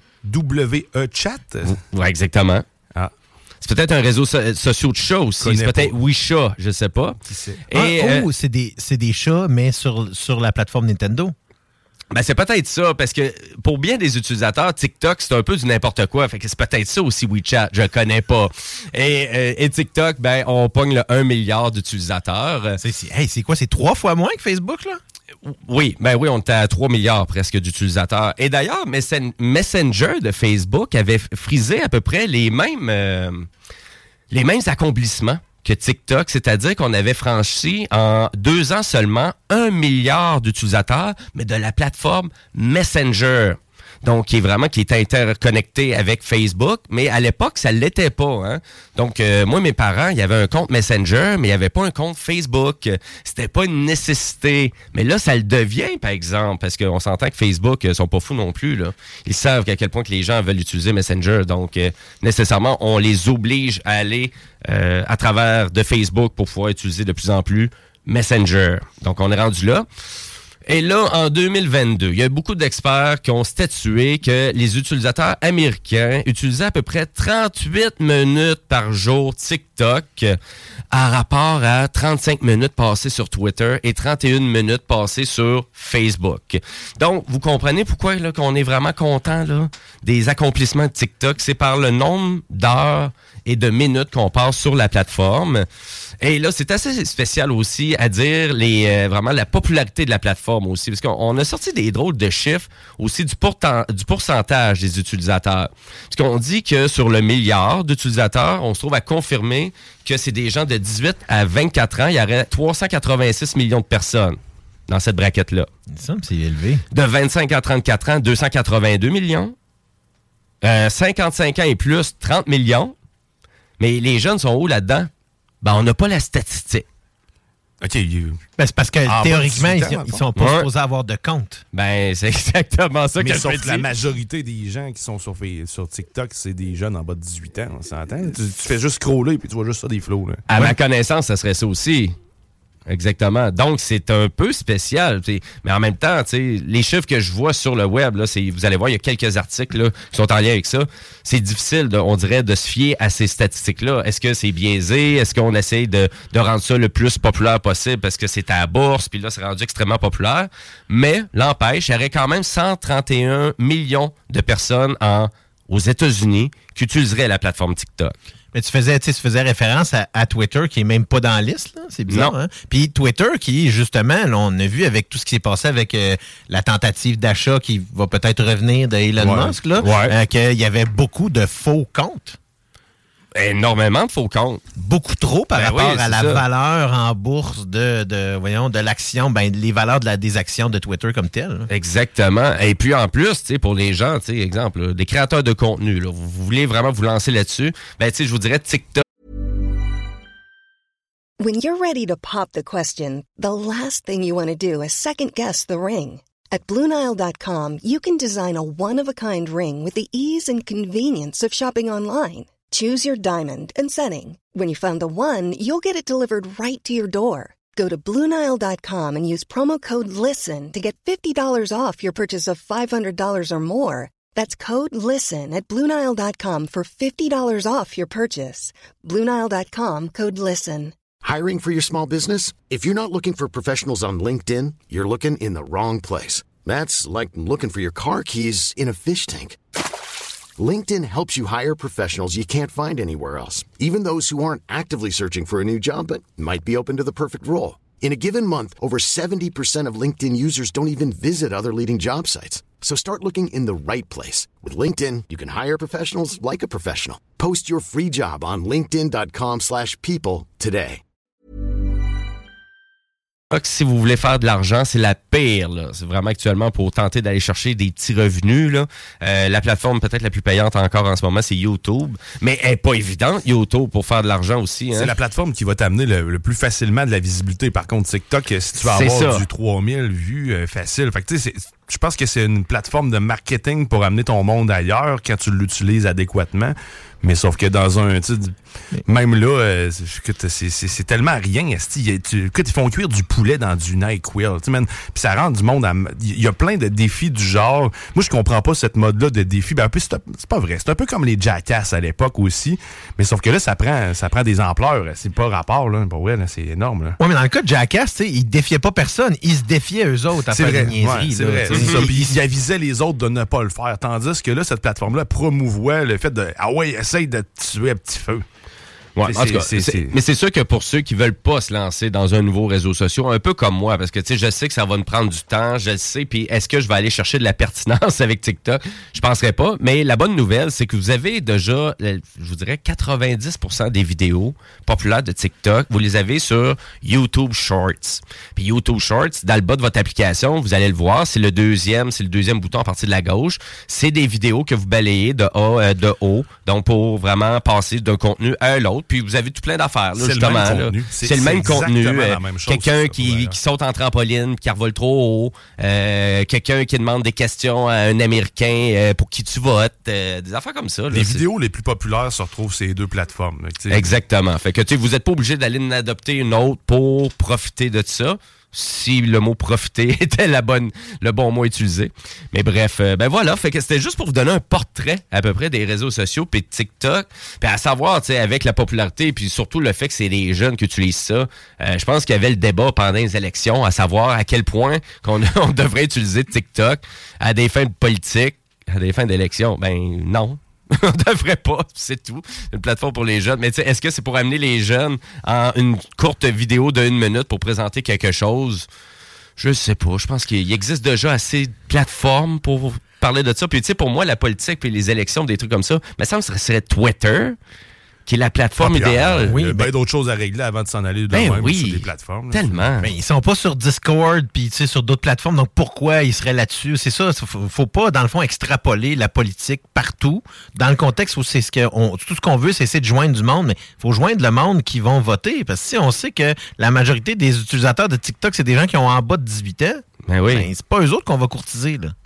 W-E-Chat? Oui, exactement. Ah. C'est peut-être un réseau social de chats aussi. C'est peut-être WeChat, je sais pas. Qui sait? Et, c'est des chats, mais sur la plateforme Nintendo. Ben, c'est peut-être ça, parce que pour bien des utilisateurs, TikTok, c'est un peu du n'importe quoi. Fait que c'est peut-être ça aussi, WeChat, je connais pas. Et TikTok, ben, on pogne le 1 milliard d'utilisateurs. C'est quoi, c'est 3 fois moins que Facebook, là? Oui, ben oui, on était à 3 milliards presque d'utilisateurs. Et d'ailleurs, Messenger de Facebook avait frisé à peu près les mêmes accomplissements que TikTok, c'est-à-dire qu'on avait franchi en 2 ans seulement 1 milliard d'utilisateurs, mais de la plateforme Messenger. Donc, qui est interconnecté avec Facebook, mais à l'époque, ça ne l'était pas. Hein? Donc, moi, mes parents, il y avait un compte Messenger, mais il n'y avait pas un compte Facebook. C'était pas une nécessité. Mais là, ça le devient, par exemple, parce qu'on s'entend que Facebook sont pas fous non plus. Là. Ils savent à quel point que les gens veulent utiliser Messenger. Donc, nécessairement, on les oblige à aller à travers de Facebook pour pouvoir utiliser de plus en plus Messenger. Donc, on est rendu là. Et là, en 2022, il y a beaucoup d'experts qui ont statué que les utilisateurs américains utilisaient à peu près 38 minutes par jour TikTok en rapport à 35 minutes passées sur Twitter et 31 minutes passées sur Facebook. Donc, vous comprenez pourquoi là, qu'on est vraiment content là, des accomplissements de TikTok. C'est par le nombre d'heures et de minutes qu'on passe sur la plateforme. Et là, c'est assez spécial aussi à dire vraiment la popularité de la plateforme aussi, parce qu'on a sorti des drôles de chiffres aussi du pourcentage des utilisateurs. Parce qu'on dit que sur le milliard d'utilisateurs, on se trouve à confirmer que c'est des gens de 18 à 24 ans. Il y aurait 386 millions de personnes dans cette braquette-là. Ça, c'est élevé. De 25 à 34 ans, 282 millions. 55 ans et plus, 30 millions. Mais les jeunes sont où là-dedans? Ben, on n'a pas la statistique. OK. Ben, c'est parce que théoriquement, ils sont pas supposés avoir de compte. Ben, c'est exactement ça mais que je sauf me que la dis. majorité des gens qui sont sur TikTok, c'est des jeunes en bas de 18 ans, on s'entend? Tu fais juste scroller puis tu vois juste ça des flots. Là. À ma connaissance, ça serait ça aussi. exactement. Donc, c'est un peu spécial. Mais en même temps, les chiffres que je vois sur le web, là, vous allez voir, il y a quelques articles là, qui sont en lien avec ça. C'est difficile, on dirait, de se fier à ces statistiques-là. Est-ce que c'est biaisé? Est-ce qu'on essaye de rendre ça le plus populaire possible parce que c'est à la bourse, puis là, c'est rendu extrêmement populaire? Mais, l'empêche, il y aurait quand même 131 millions de personnes aux États-Unis qui utiliseraient la plateforme TikTok. Mais tu faisais référence à Twitter, qui est même pas dans la liste, là. C'est bizarre, hein? Puis Twitter, qui, justement, là, on a vu avec tout ce qui s'est passé avec la tentative d'achat qui va peut-être revenir de Elon Musk, là, qu'il y avait beaucoup de faux comptes. Énormément de faux comptes. Beaucoup trop par rapport à la valeur en bourse de l'action, les valeurs des actions de Twitter comme telles. Exactement. Et puis en plus, pour les gens, exemple, là, des créateurs de contenu, là, vous voulez vraiment vous lancer là-dessus, je vous dirais TikTok. When you're ready to pop the question, the last thing you want to do is second-guess the ring. At BlueNile.com, you can design a one-of-a-kind ring with the ease and convenience of shopping online. Choose your diamond and setting. When you find the one, you'll get it delivered right to your door. Go to BlueNile.com and use promo code LISTEN to get $50 off your purchase of $500 or more. That's code LISTEN at BlueNile.com for $50 off your purchase. BlueNile.com, code LISTEN. Hiring for your small business? If you're not looking for professionals on LinkedIn, you're looking in the wrong place. That's like looking for your car keys in a fish tank. LinkedIn helps you hire professionals you can't find anywhere else, even those who aren't actively searching for a new job but might be open to the perfect role. In a given month, over 70% of LinkedIn users don't even visit other leading job sites. So start looking in the right place. With LinkedIn, you can hire professionals like a professional. Post your free job on linkedin.com/people today. Si vous voulez faire de l'argent, c'est la pire, là. C'est vraiment actuellement pour tenter d'aller chercher des petits revenus, là. La plateforme peut-être la plus payante encore en ce moment, c'est YouTube. Mais elle n'est pas évidente, YouTube, pour faire de l'argent aussi. Hein? C'est la plateforme qui va t'amener le plus facilement de la visibilité. Par contre, TikTok, si tu vas avoir du 3000 vues, facile. Fait que tu sais, je pense que c'est une plateforme de marketing pour amener ton monde ailleurs quand tu l'utilises adéquatement. Mais sauf que dans un... Même là, c'est tellement rien. Écoute, ils font cuire du poulet dans du NyQuil. Puis ça rend du monde à... Il y a plein de défis du genre. Moi, je comprends pas cette mode-là de défis. Un peu, c'est pas vrai. C'est un peu comme les Jackass à l'époque aussi. Mais sauf que là, ça prend des ampleurs. C'est pas rapport, là. Pour vrai, là, c'est énorme. Là. Ouais, mais dans le cas de Jackass, ils défiaient pas personne. Ils se défiaient eux autres à faire des niaiseries. C'est vrai. Puis ils avisaient les autres de ne pas le faire. Tandis que là, cette plateforme-là promouvoit le fait de... Ah ouais, essaye de tuer à petit feu. Ouais, en tout cas, mais c'est sûr que pour ceux qui veulent pas se lancer dans un nouveau réseau social, un peu comme moi, parce que tu sais, je sais que ça va me prendre du temps, je le sais, puis est-ce que je vais aller chercher de la pertinence avec TikTok? Je penserais pas, mais la bonne nouvelle, c'est que vous avez déjà, je vous dirais, 90% des vidéos populaires de TikTok, vous les avez sur YouTube Shorts. Puis YouTube Shorts, dans le bas de votre application, vous allez le voir, c'est le deuxième bouton à partir de la gauche. C'est des vidéos que vous balayez de haut, donc pour vraiment passer d'un contenu à l'autre. Puis vous avez tout plein d'affaires, là, justement. C'est le même contenu. Quelqu'un qui saute en trampoline, qui revole trop haut. Quelqu'un qui demande des questions à un Américain pour qui tu votes. Des affaires comme ça. Là, les vidéos les plus populaires se retrouvent sur ces deux plateformes. Là, exactement. Fait que vous n'êtes pas obligé d'aller en adopter une autre pour profiter de ça. Si le mot « profiter » était le bon mot utilisé. Mais bref, voilà. Fait que c'était juste pour vous donner un portrait à peu près des réseaux sociaux puis de TikTok. Puis à savoir, tu sais, avec la popularité puis surtout le fait que c'est les jeunes qui utilisent ça, je pense qu'il y avait le débat pendant les élections à savoir à quel point on devrait utiliser TikTok à des fins politiques, à des fins d'élection. Ben non. On devrait pas, c'est tout. Une plateforme pour les jeunes. Mais tu sais, est-ce que c'est pour amener les jeunes en une courte vidéo de 1 minute pour présenter quelque chose? Je sais pas. Je pense qu'il existe déjà assez de plateformes pour parler de ça. Puis tu sais, pour moi, la politique puis les élections, des trucs comme ça, mais ça serait Twitter qui est la plateforme idéale. Il y a bien d'autres choses à régler avant de s'en aller sur des plateformes. Tellement. Mais ils sont pas sur Discord puis sur d'autres plateformes, donc pourquoi ils seraient là-dessus? C'est ça, faut pas, dans le fond, extrapoler la politique partout, dans le contexte où c'est tout ce qu'on veut, c'est essayer de joindre du monde, mais il faut joindre le monde qui vont voter, parce que si on sait que la majorité des utilisateurs de TikTok, c'est des gens qui ont en bas de 18 ans, ben oui. c'est pas eux autres qu'on va courtiser, là.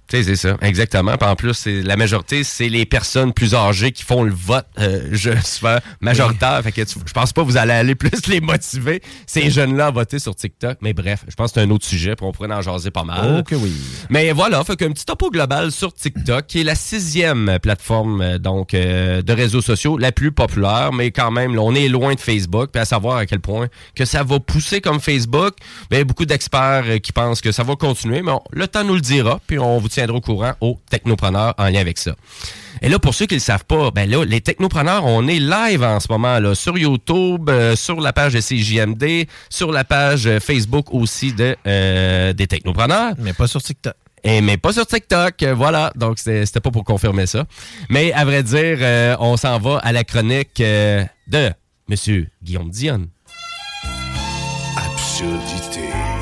C'est ça, exactement. Puis en plus, la majorité, c'est les personnes plus âgées qui font le vote souvent majoritaire. Fait que je pense pas que vous allez aller plus les motiver, ces jeunes-là, à voter sur TikTok. Mais bref, je pense que c'est un autre sujet, puis on pourrait en jaser pas mal. Ok, oui. Mais voilà, fait qu'un petit topo global sur TikTok, qui est la 6e plateforme de réseaux sociaux la plus populaire, mais quand même, là, on est loin de Facebook, puis à savoir à quel point que ça va pousser comme Facebook. Bien, beaucoup d'experts qui pensent que ça va continuer, mais le temps nous le dira, puis on vous tiendra au courant aux technopreneurs en lien avec ça. Et là, pour ceux qui ne le savent pas, ben là, les technopreneurs, on est live en ce moment là, sur YouTube, sur la page de CJMD, sur la page Facebook aussi des technopreneurs. Mais pas sur TikTok. Mais pas sur TikTok, voilà. Donc, c'était pas pour confirmer ça. Mais à vrai dire, on s'en va à la chronique de M. Guillaume Dionne. Absurdité.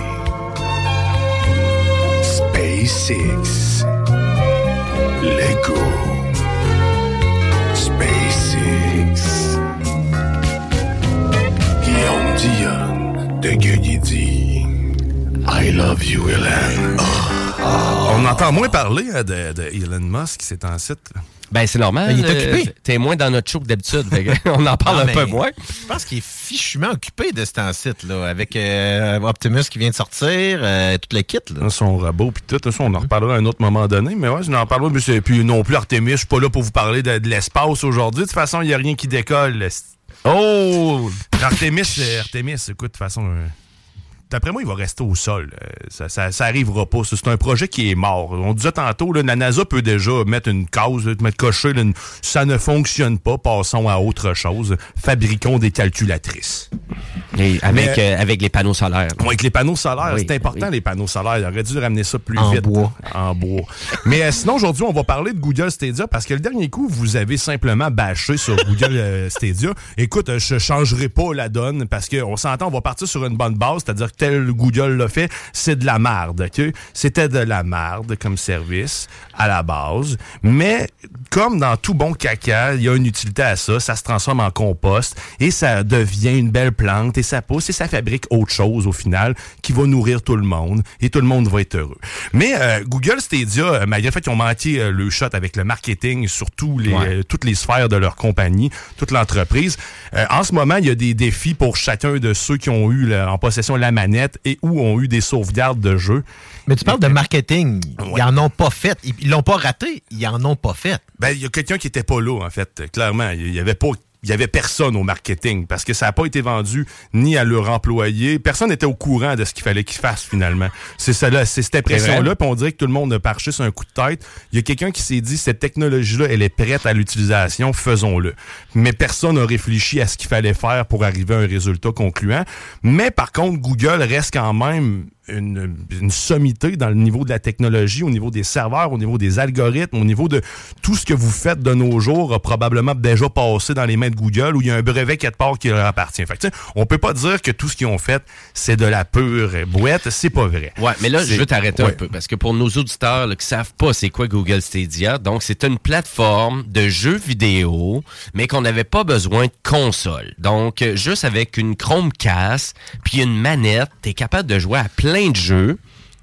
SpaceX. Lego. SpaceX. Guillaume Dionne de Guigui. I love you, Elon. On entend moins parler de Elon Musk, c'est en site. Ben, c'est normal. Il est occupé. T'es moins dans notre show que d'habitude. On en parle un peu moins. Je pense qu'il est fichument occupé de ce temps-ci, là, avec Optimus qui vient de sortir, tout le kit. Là. Son robot, puis tout. Ça, on en reparlera à un autre moment donné. Mais ouais, je n'en parlerai. Puis non plus, Artemis, je suis pas là pour vous parler de l'espace aujourd'hui. De toute façon, il n'y a rien qui décolle. Oh! Artemis, écoute, de toute façon... D'après moi, il va rester au sol. Ça arrivera pas. C'est un projet qui est mort. On disait tantôt, là, la NASA peut déjà mettre une case, mettre cocher, ça ne fonctionne pas, passons à autre chose. Fabriquons des calculatrices. Et avec les panneaux solaires. Oui, avec les panneaux solaires. Oui, c'est important, les panneaux solaires. Il aurait dû ramener ça plus en vite. Bois. En bois. Mais sinon, aujourd'hui, on va parler de Google Stadia parce que le dernier coup, vous avez simplement bâché sur Google Stadia. Écoute, je changerai pas la donne parce qu'on s'entend, on va partir sur une bonne base, c'est-à-dire que tel Google l'a fait, c'est de la marde, OK? C'était de la marde comme service à la base, mais comme dans tout bon caca, il y a une utilité à ça, ça se transforme en compost et ça devient une belle plante et ça pousse et ça fabrique autre chose au final qui va nourrir tout le monde et tout le monde va être heureux. Mais Google Stadia, malgré le fait qu'ils ont manqué le shot avec le marketing sur toutes les sphères de leur compagnie, toute l'entreprise, en ce moment, il y a des défis pour chacun de ceux qui ont eu en possession la manette et où ont eu des sauvegardes de jeux. Mais tu parles de marketing. Ouais. Ils en ont pas fait. Ils l'ont pas raté. Ils en ont pas fait. Ben, il y a quelqu'un qui était pas là, en fait. Clairement. Il y avait personne au marketing parce que ça n'a pas été vendu ni à leur employé. Personne n'était au courant de ce qu'il fallait qu'ils fassent finalement. C'est cette impression-là, puis on dirait que tout le monde a parché sur un coup de tête. Il y a quelqu'un qui s'est dit, cette technologie-là, elle est prête à l'utilisation, faisons-le. Mais personne n'a réfléchi à ce qu'il fallait faire pour arriver à un résultat concluant. Mais par contre, Google reste quand même une sommité dans le niveau de la technologie, au niveau des serveurs, au niveau des algorithmes, au niveau de tout ce que vous faites de nos jours a probablement déjà passé dans les mains de Google où il y a un brevet quelque part qui leur appartient. Fait que, on peut pas dire que tout ce qu'ils ont fait, c'est de la pure boîte. C'est pas vrai. Ouais, mais là, je veux t'arrêter un peu parce que pour nos auditeurs là, qui savent pas c'est quoi Google Stadia, donc c'est une plateforme de jeux vidéo, mais qu'on n'avait pas besoin de console. Donc, juste avec une Chromecast puis une manette, t'es capable de jouer à plein de jeux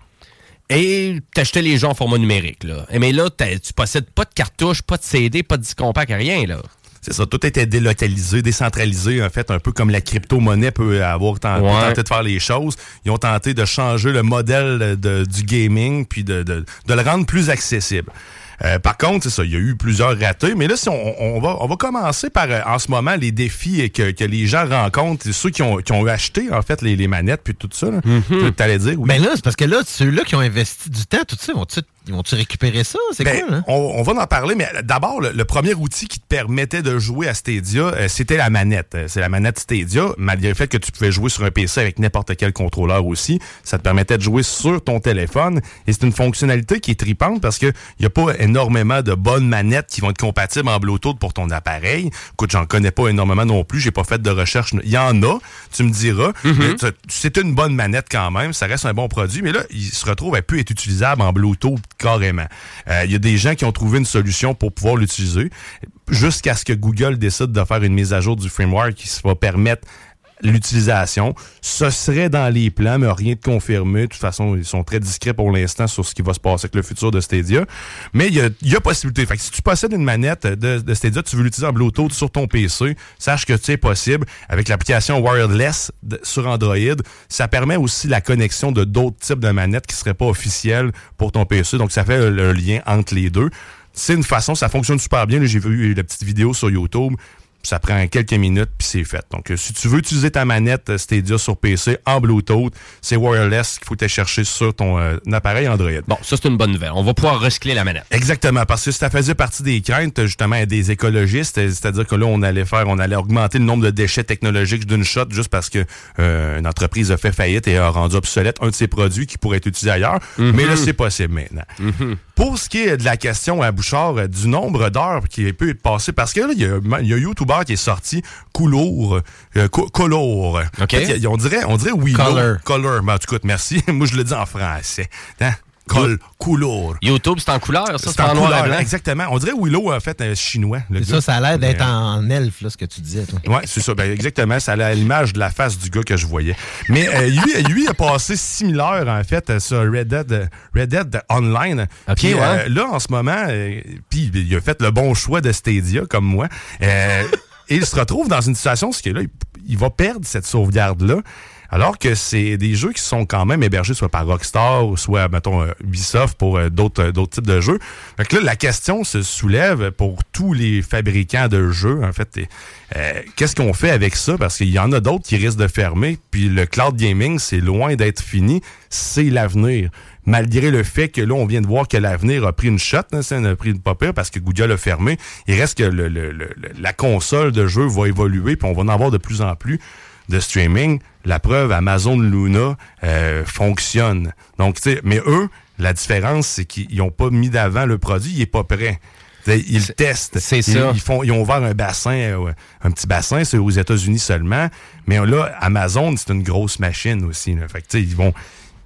et t'achetais les jeux en format numérique. Là. Mais là, tu possèdes pas de cartouche, pas de CD, pas de disque compact, rien. Là. C'est ça, tout était délocalisé, décentralisé, en fait, un peu comme la crypto-monnaie peut avoir tenté de faire les choses. Ils ont tenté de changer le modèle du gaming puis de le rendre plus accessible. Par contre, c'est ça, il y a eu plusieurs ratés, mais là, si on va commencer par, en ce moment, les défis que les gens rencontrent, ceux qui ont acheté, en fait, les manettes, puis tout ça, là. T'allais dire, oui. Ben là, c'est parce que là, ceux-là qui ont investi du temps, tout ça, vont-tu récupérer ça? C'est quoi, là? On va en parler, mais d'abord, le premier outil qui te permettait de jouer à Stadia, c'était la manette. C'est la manette Stadia, malgré le fait que tu pouvais jouer sur un PC avec n'importe quel contrôleur aussi. Ça te permettait de jouer sur ton téléphone, et c'est une fonctionnalité qui est tripante parce que il y a pas énormément de bonnes manettes qui vont être compatibles en Bluetooth pour ton appareil. Écoute, j'en connais pas énormément non plus, j'ai pas fait de recherche. Il y en a, tu me diras. C'est une bonne manette quand même, ça reste un bon produit, mais là, il se retrouve à plus être utilisable en Bluetooth carrément. Il y a des gens qui ont trouvé une solution pour pouvoir l'utiliser jusqu'à ce que Google décide de faire une mise à jour du framework qui va permettre l'utilisation. Ce serait dans les plans, mais rien de confirmé. De toute façon, ils sont très discrets pour l'instant sur ce qui va se passer avec le futur de Stadia. Mais il y a possibilité. Fait que si tu possèdes une manette de Stadia, tu veux l'utiliser en Bluetooth sur ton PC, sache que c'est possible. Avec l'application Wireless sur Android, ça permet aussi la connexion de d'autres types de manettes qui seraient pas officielles pour ton PC. Donc, ça fait le lien entre les deux. C'est une façon, ça fonctionne super bien. Là, j'ai vu la petite vidéo sur YouTube. Ça prend quelques minutes, puis c'est fait. Donc, si tu veux utiliser ta manette Stadia sur PC en Bluetooth, c'est wireless qu'il faut aller chercher sur ton appareil Android. Bon, ça, c'est une bonne nouvelle. On va pouvoir recycler la manette. Exactement, parce que ça faisait partie des craintes, justement, des écologistes. C'est-à-dire que là, on allait augmenter le nombre de déchets technologiques d'une shot juste parce que une entreprise a fait faillite et a rendu obsolète un de ses produits qui pourrait être utilisé ailleurs. Mais là, c'est possible maintenant. Pour ce qui est de la question à Bouchard, du nombre d'heures qui peut être passé, parce que là, il y a YouTuber qui est sorti, Color. OK. En fait, on dirait Willow. Color. Ben, en tout cas, merci. Moi, je le dis en français. Hein? Couleur. YouTube, c'est en couleur, ça? C'est en noir et blanc. Exactement. On dirait Willow, en fait, chinois. Ça a l'air d'être en elfe, là, ce que tu disais, toi. Oui, c'est ça. Ben, exactement. Ça a l'image de la face du gars que je voyais. Mais lui a passé 6000 heures, en fait, sur Red Dead Online. OK, puis, ouais. Là, en ce moment, puis il a fait le bon choix de Stadia, comme moi. Et il se retrouve dans une situation où là, il va perdre cette sauvegarde-là. Alors que c'est des jeux qui sont quand même hébergés soit par Rockstar ou soit, mettons, Ubisoft pour d'autres types de jeux. Fait que là, la question se soulève pour tous les fabricants de jeux, en fait. Qu'est-ce qu'on fait avec ça? Parce qu'il y en a d'autres qui risquent de fermer. Puis le cloud gaming, c'est loin d'être fini. C'est l'avenir. Malgré le fait que là, on vient de voir que l'avenir a pris une shot, hein, ça a pris une pas pire parce que Google a fermé. Il reste que la console de jeu va évoluer, puis on va en avoir de plus en plus de streaming. La preuve, Amazon Luna fonctionne. Donc, tu sais, mais eux, la différence, c'est qu'ils n'ont pas mis d'avant le produit, il n'est pas prêt. Ils le testent. C'est ça. Ils ont ouvert un bassin, un petit bassin, c'est aux États-Unis seulement. Mais là, Amazon, c'est une grosse machine aussi. Là. Fait que, tu sais, ils vont...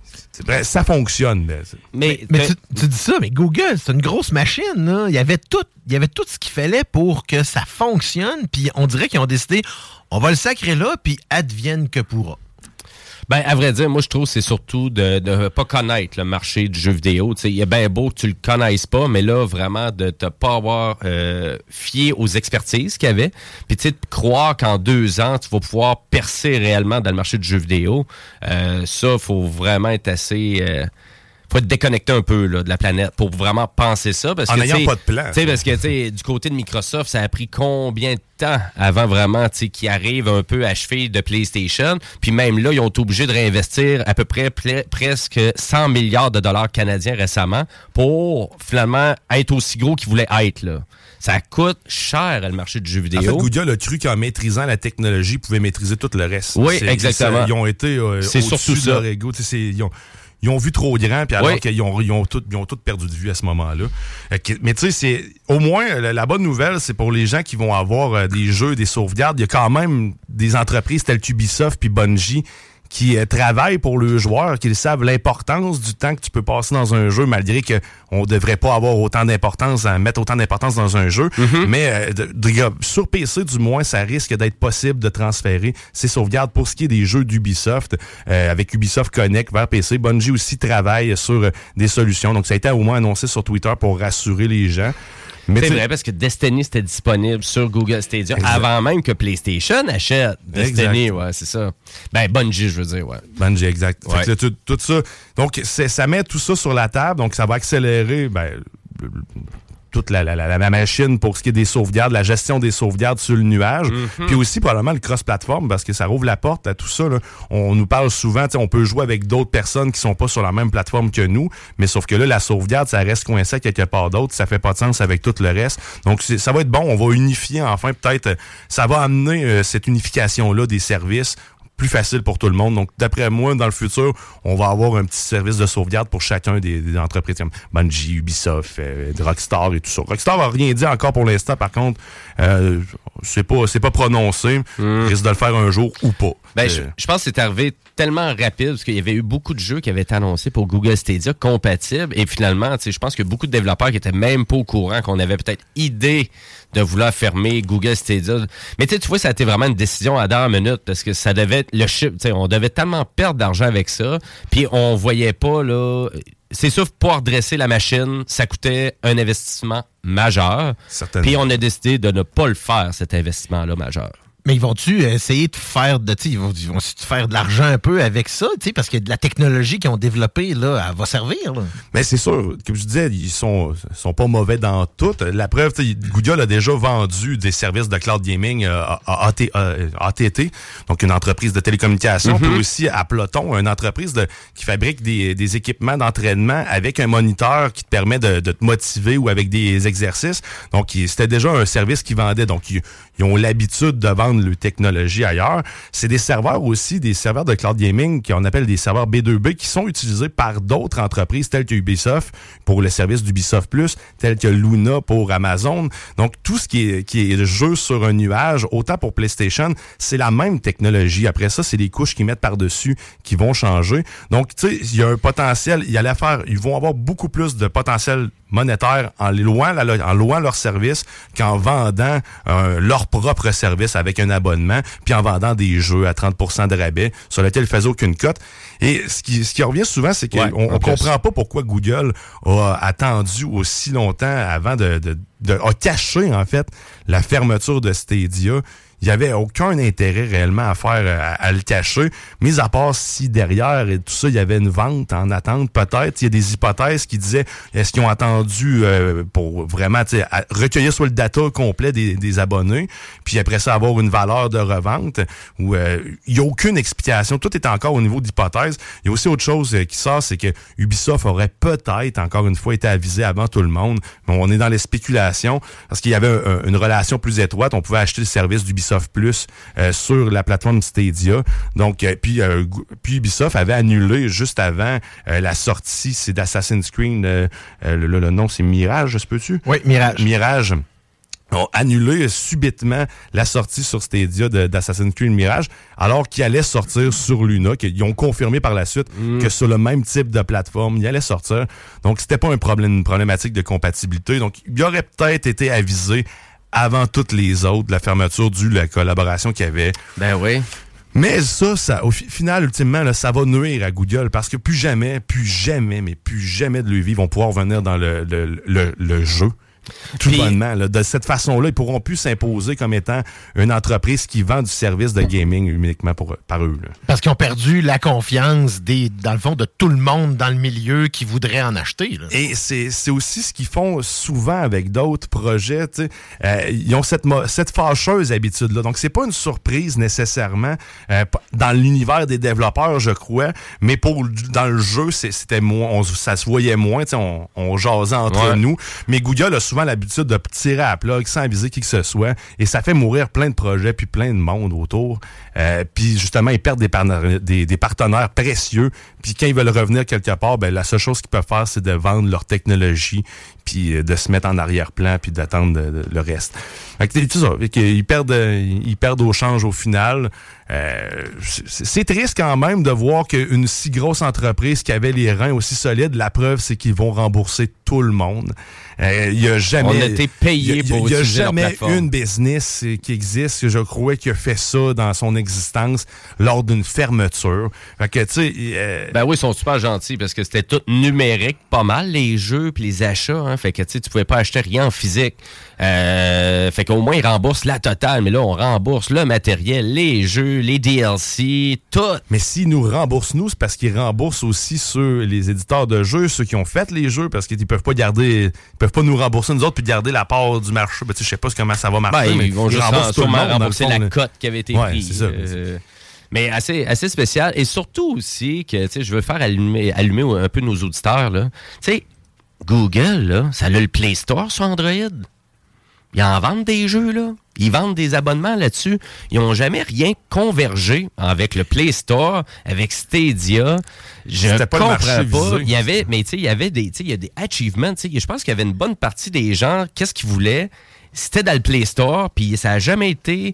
Ça fonctionne. Là. Mais tu dis ça, mais Google, c'est une grosse machine. Là. Il y avait tout ce qu'il fallait pour que ça fonctionne. Puis on dirait qu'ils ont décidé, on va le sacrer là, puis advienne que pourra. Ben, à vrai dire, moi, je trouve que c'est surtout de ne pas connaître le marché du jeu vidéo. Tu sais, il est bien beau que tu le connaisses pas, mais là, vraiment, de ne pas avoir fié aux expertises qu'il y avait. Puis, tu sais, de croire qu'en 2 ans, tu vas pouvoir percer réellement dans le marché du jeu vidéo. Ça, faut vraiment être assez... faut être déconnecté un peu là, de la planète pour vraiment penser ça. Parce en que, n'ayant pas de plan. Parce que du côté de Microsoft, ça a pris combien de temps avant vraiment qu'ils arrivent un peu à cheville de PlayStation. Puis même là, ils ont été obligés de réinvestir à peu près presque 100 milliards de dollars canadiens récemment pour finalement être aussi gros qu'ils voulaient être. Là. Ça coûte cher le marché du jeu vidéo. En fait, Google a cru qu'en maîtrisant la technologie, ils pouvaient maîtriser tout le reste. Oui, exactement. Ils ont été c'est surtout de leur ego. Ils ont vu trop grand, puis alors qu'ils ont tout perdu de vue à ce moment-là. Mais tu sais, c'est au moins, la bonne nouvelle, c'est pour les gens qui vont avoir des jeux, des sauvegardes. Il y a quand même des entreprises telles qu'Ubisoft puis Bungie qui travaillent pour le joueur, qui savent l'importance du temps que tu peux passer dans un jeu, malgré qu'on ne devrait pas avoir autant d'importance, mettre autant d'importance dans un jeu. Mais sur PC, du moins, ça risque d'être possible de transférer ces sauvegardes pour ce qui est des jeux d'Ubisoft. Avec Ubisoft Connect vers PC, Bungie aussi travaille sur des solutions. Donc, ça a été au moins annoncé sur Twitter pour rassurer les gens. C'est vrai, parce que Destiny, c'était disponible sur Google Stadia avant même que PlayStation achète Destiny. Ouais, c'est ça. Ben, Bungie, je veux dire, ouais. Bungie, exact. Ouais. Fait que tout ça. Donc, ça met tout ça sur la table. Donc, ça va accélérer toute la machine pour ce qui est des sauvegardes, la gestion des sauvegardes sur le nuage. Puis aussi, probablement, le cross-platform, parce que ça rouvre la porte à tout ça. Là. On nous parle souvent, on peut jouer avec d'autres personnes qui sont pas sur la même plateforme que nous, mais sauf que là, la sauvegarde, ça reste coincé quelque part d'autre. Ça fait pas de sens avec tout le reste. Donc, ça va être bon. On va unifier, enfin, peut-être, ça va amener cette unification-là des services plus facile pour tout le monde. Donc, d'après moi, dans le futur, on va avoir un petit service de sauvegarde pour chacun des entreprises comme Bungie, Ubisoft, Rockstar et tout ça. Rockstar n'a rien dit encore pour l'instant, par contre, c'est pas prononcé. Risque de le faire un jour ou pas. Ben, je pense que c'est arrivé tellement rapide parce qu'il y avait eu beaucoup de jeux qui avaient été annoncés pour Google Stadia compatibles et finalement, je pense que beaucoup de développeurs qui étaient même pas au courant qu'on avait peut-être idée de vouloir fermer Google Stadia. Mais tu vois, ça a été vraiment une décision à dernière minute parce que ça devait être le chip, on devait tellement perdre d'argent avec ça, puis on voyait pas là. C'est sûr, pour redresser la machine, ça coûtait un investissement majeur. Puis on a décidé de ne pas le faire, cet investissement-là majeur. Mais ils vont-tu essayer de faire ils vont faire de l'argent un peu avec ça, parce que de la technologie qu'ils ont développée, là, elle va servir, là. Mais c'est sûr, comme je disais, ils sont pas mauvais dans tout. La preuve, Google a déjà vendu des services de cloud gaming à AT&T, donc une entreprise de télécommunications, puis aussi à Peloton, une entreprise qui fabrique des équipements d'entraînement avec un moniteur qui te permet de te motiver ou avec des exercices. Donc, c'était déjà un service qu'ils vendaient. Donc, ils ont l'habitude de vendre le technologie ailleurs. C'est des serveurs aussi, des serveurs de cloud gaming qu'on appelle des serveurs B2B qui sont utilisés par d'autres entreprises telles que Ubisoft pour le service d'Ubisoft Plus, telles que Luna pour Amazon. Donc, tout ce qui est jeu sur un nuage, autant pour PlayStation, c'est la même technologie. Après ça, c'est les couches qu'ils mettent par-dessus qui vont changer. Donc, tu sais, il y a un potentiel. Ils vont avoir beaucoup plus de potentiel monétaire en louant leur service qu'en vendant leur propre service avec un abonnement, puis en vendant des jeux à 30% de rabais sur lesquels ils faisaient aucune cote. Et ce qui revient souvent, c'est qu'on on comprend pas pourquoi Google a attendu aussi longtemps avant a caché, en fait, la fermeture de Stadia. Il n'y avait aucun intérêt réellement à le cacher, mis à part si derrière et tout ça, il y avait une vente en attente. Peut-être, il y a des hypothèses qui disaient, est-ce qu'ils ont attendu pour vraiment recueillir sur le data complet des abonnés, puis après ça, avoir une valeur de revente, où il n'y a aucune explication. Tout est encore au niveau d'hypothèse. Il y a aussi autre chose qui sort, c'est que Ubisoft aurait peut-être, encore une fois, été avisé avant tout le monde. Mais on est dans les spéculations, parce qu'il y avait une relation plus étroite. On pouvait acheter le service d'Ubisoft Plus sur la plateforme Stadia. Donc, puis Ubisoft avait annulé juste avant la sortie, c'est d'Assassin's Creed. Le nom, c'est Mirage, se peut-tu? Oui, Mirage. Mirage. Ont annulé subitement la sortie sur Stadia d'Assassin's Creed Mirage, alors qu'il allait sortir sur Luna, qu'ils ont confirmé par la suite que sur le même type de plateforme, il allait sortir. Donc, c'était pas une problématique de compatibilité. Donc, il aurait peut-être été avisé avant toutes les autres, la fermeture due à la collaboration qu'il y avait. Ben oui. Mais ça au final, ultimement, là, ça va nuire à Google parce que plus jamais de leur vie, ils vont pouvoir venir dans le jeu. Tout bonnement. Là. De cette façon-là, ils pourront plus s'imposer comme étant une entreprise qui vend du service de gaming uniquement par eux. Là. Parce qu'ils ont perdu la confiance dans le fond, de tout le monde dans le milieu qui voudrait en acheter. Là. Et c'est aussi ce qu'ils font souvent avec d'autres projets. Ils ont cette fâcheuse habitude-là. Donc, c'est pas une surprise nécessairement dans l'univers des développeurs, je crois, mais dans le jeu, c'était moins, ça se voyait moins. On jasait entre nous. Mais Google a souvent l'habitude de tirer à la plug sans aviser qui que ce soit, et ça fait mourir plein de projets puis plein de monde autour. Puis justement, ils perdent des partenaires précieux, puis quand ils veulent revenir quelque part, ben la seule chose qu'ils peuvent faire, c'est de vendre leur technologie, puis de se mettre en arrière-plan, puis d'attendre le reste. Fait que, tout ça, ils perdent au change au final. C'est triste quand même de voir qu'une si grosse entreprise qui avait les reins aussi solides, la preuve, c'est qu'ils vont rembourser tout le monde. Il y a jamais... On a été payé pour utiliser leur plateforme. Il y a jamais une business qui existe, je crois, qui a fait ça dans son existence lors d'une fermeture. Fait que, tu sais... Ben oui, ils sont super gentils parce que c'était tout numérique, pas mal, les jeux puis les achats. Hein, fait que, tu sais, tu pouvais pas acheter rien en physique. Fait qu'au moins, ils remboursent la totale. Mais là, on rembourse le matériel, les jeux, les DLC, tout. Mais s'ils nous remboursent, nous, c'est parce qu'ils remboursent aussi les éditeurs de jeux, ceux qui ont fait les jeux, parce qu'ils peuvent pas nous rembourser nous autres puis garder la part du marché. Ben, je sais pas comment ça va marcher, mais ils vont juste rembourser la cote qui avait été prise. C'est ça. Mais assez spécial. Et surtout aussi que, tu sais, je veux faire allumer un peu nos auditeurs, là. Tu sais, Google, là, ça a le Play Store sur Android. ils en vendent des jeux, là. Ils vendent des abonnements là-dessus. Ils n'ont jamais rien convergé avec le Play Store, avec Stadia. Je ne comprends pas. Il y avait, mais tu sais, il y avait des achievements. Je pense qu'il y avait une bonne partie des gens, qu'est-ce qu'ils voulaient? C'était dans le Play Store, puis ça n'a jamais été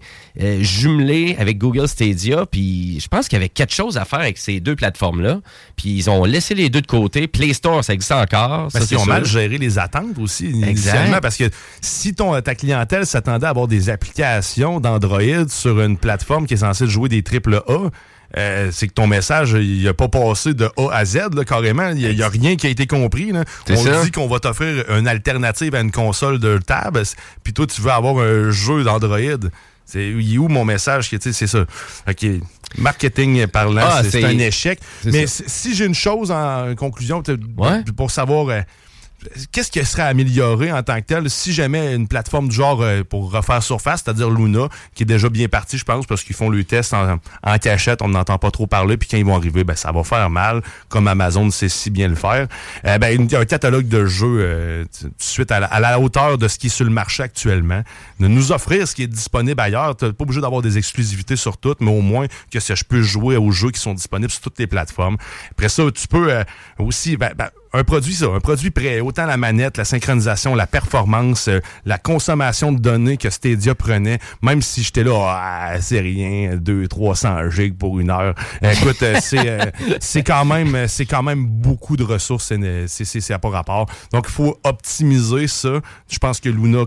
jumelé avec Google Stadia, puis je pense qu'il y avait quelque chose à faire avec ces deux plateformes-là, puis ils ont laissé les deux de côté. Play Store, ça existe encore. Parce qu'ils ont mal géré les attentes aussi, initialement, parce que si ta clientèle s'attendait à avoir des applications d'Android sur une plateforme qui est censée jouer des AAA, c'est que ton message, il n'a pas passé de A à Z, là, carrément. Il n'y a rien qui a été compris. Là. On dit qu'on va t'offrir une alternative à une console de table, puis toi, tu veux avoir un jeu d'Android. Il est où mon message? C'est ça. OK. Marketing parlant, c'est un échec. Mais si j'ai une chose en conclusion, pour savoir... Qu'est-ce qui serait amélioré en tant que tel si jamais une plateforme du genre pour refaire surface, c'est-à-dire Luna, qui est déjà bien partie, je pense, parce qu'ils font le test en cachette, on n'entend pas trop parler, puis quand ils vont arriver, ça va faire mal, comme Amazon sait si bien le faire. Il y a un catalogue de jeux tout de suite à la hauteur de ce qui est sur le marché actuellement. De nous offrir ce qui est disponible ailleurs. Tu n'es pas obligé d'avoir des exclusivités sur toutes, mais au moins que je peux jouer aux jeux qui sont disponibles sur toutes les plateformes. Après ça, tu peux aussi... un produit prêt, autant la manette, la synchronisation, la performance, la consommation de données que Stadia prenait, même si j'étais là, c'est rien, 200-300 gigs pour une heure. Écoute, c'est quand même beaucoup de ressources, c'est à pas rapport. Donc, il faut optimiser ça. Je pense que Luna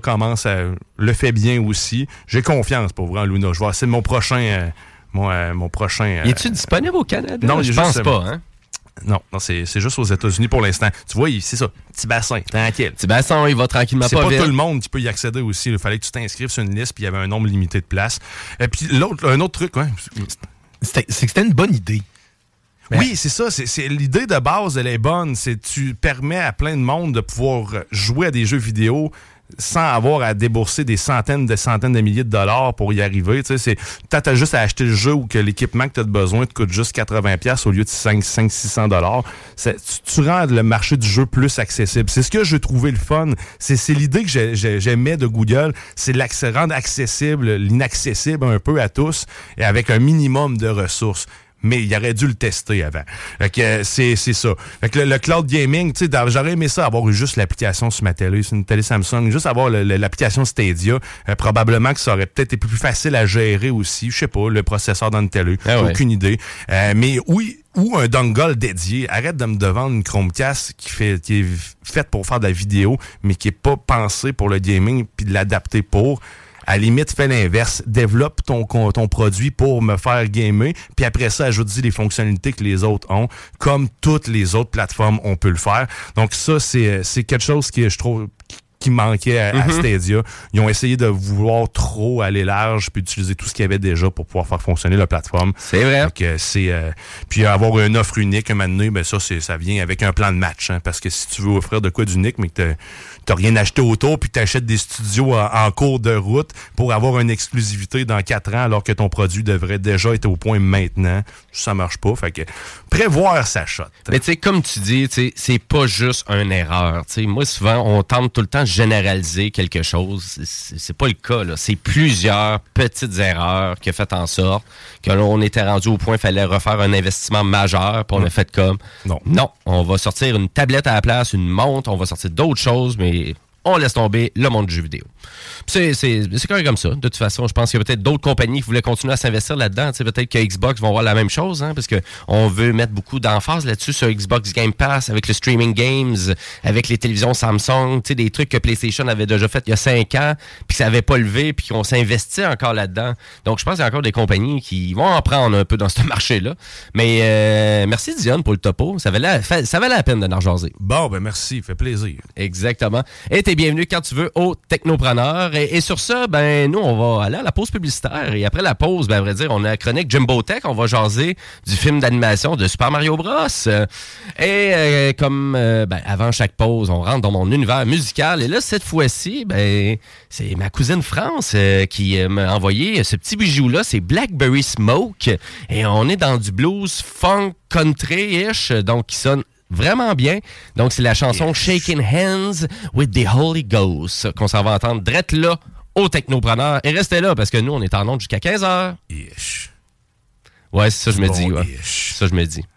le fait bien aussi. J'ai confiance pour vrai en Luna. Je vois, c'est mon prochain... mon prochain... Es-tu disponible au Canada? Non, je pense pas, hein? Non, c'est juste aux États-Unis pour l'instant. Tu vois, c'est ça. Petit bassin, tranquille. Petit bassin, il va tranquillement pas vite. C'est pas tout le monde qui peut y accéder aussi. Il fallait que tu t'inscrives sur une liste, puis il y avait un nombre limité de places. Et puis un autre truc, c'est que c'était une bonne idée. Oui, c'est ça. C'est l'idée de base, elle est bonne. Tu permets à plein de monde de pouvoir jouer à des jeux vidéo sans avoir à débourser des centaines de milliers de dollars pour y arriver. Tu sais, t'as juste à acheter le jeu ou que l'équipement que tu as besoin te coûte juste 80$ au lieu de 500-600 $. Tu rends le marché du jeu plus accessible. C'est ce que j'ai trouvé le fun. C'est l'idée que j'aimais de Google. C'est rendre accessible l'inaccessible un peu à tous et avec un minimum de ressources. Mais il aurait dû le tester avant. Fait que c'est ça. Fait que le cloud gaming, tu sais, j'aurais aimé ça avoir eu juste l'application sur ma télé, sur une télé Samsung, juste avoir l'application Stadia. Probablement que ça aurait peut-être été plus facile à gérer aussi. Je sais pas, le processeur dans une télé. Aucune idée. Mais oui, ou un dongle dédié. Arrête de me vendre une Chromecast qui est faite pour faire de la vidéo, mais qui est pas pensée pour le gaming puis de l'adapter pour. À la limite, fais l'inverse. Développe ton produit pour me faire gamer. Puis après ça, ajoute-y les fonctionnalités que les autres ont. Comme toutes les autres plateformes, on peut le faire. Donc ça, c'est quelque chose qui, je trouve... qui manquait à Stadia. Ils ont essayé de vouloir trop aller large puis d'utiliser tout ce qu'il y avait déjà pour pouvoir faire fonctionner la plateforme. C'est vrai. Puis avoir une offre unique un moment donné, ça vient avec un plan de match. Hein, parce que si tu veux offrir de quoi d'unique, mais que t'as rien acheté autour puis que t'achètes des studios en cours de route pour avoir une exclusivité dans 4 ans alors que ton produit devrait déjà être au point maintenant, ça marche pas. Fait que prévoir sa shot. Mais tu sais, comme tu dis, c'est pas juste une erreur. T'sais, moi, souvent, on tente tout le temps de généraliser quelque chose. C'est pas le cas, là. C'est plusieurs petites erreurs qui ont fait en sorte que l'on était rendu au point qu'il fallait refaire un investissement majeur, puis on a fait comme non, on va sortir une tablette à la place, une montre, on va sortir d'autres choses, mais on laisse tomber le monde du jeu vidéo. C'est correct comme ça. De toute façon, je pense qu'il y a peut-être d'autres compagnies qui voulaient continuer à s'investir là-dedans. T'sais, peut-être que Xbox vont voir la même chose, hein, parce qu'on veut mettre beaucoup d'emphase là-dessus sur Xbox Game Pass, avec le streaming games, avec les télévisions Samsung, des trucs que PlayStation avait déjà fait il y a 5 ans, puis ça n'avait pas levé, puis qu'on s'investit encore là-dedans. Donc, je pense qu'il y a encore des compagnies qui vont en prendre un peu dans ce marché-là. Mais merci, Diane, pour le topo. Ça valait la peine de nous rejaser. Bon, merci. Fait plaisir. Exactement. Et t'es bienvenue quand tu veux au Technopreneur. Et sur ça, nous, on va aller à la pause publicitaire. Et après la pause, à vrai dire, on a la chronique Jumbo Tech. On va jaser du film d'animation de Super Mario Bros. Et avant chaque pause, on rentre dans mon univers musical. Et là, cette fois-ci, c'est ma cousine France qui m'a envoyé ce petit bijou-là. C'est Blackberry Smoke. Et on est dans du blues funk country-ish, donc qui sonne vraiment bien. Donc, c'est la chanson Shaking Hands with the Holy Ghost qu'on s'en va entendre drette là au Technopreneur. Et restez là parce que nous, on est en onde jusqu'à 15h. Ish. Ouais, c'est ça je me dis. Ouais. C'est ça je me dis.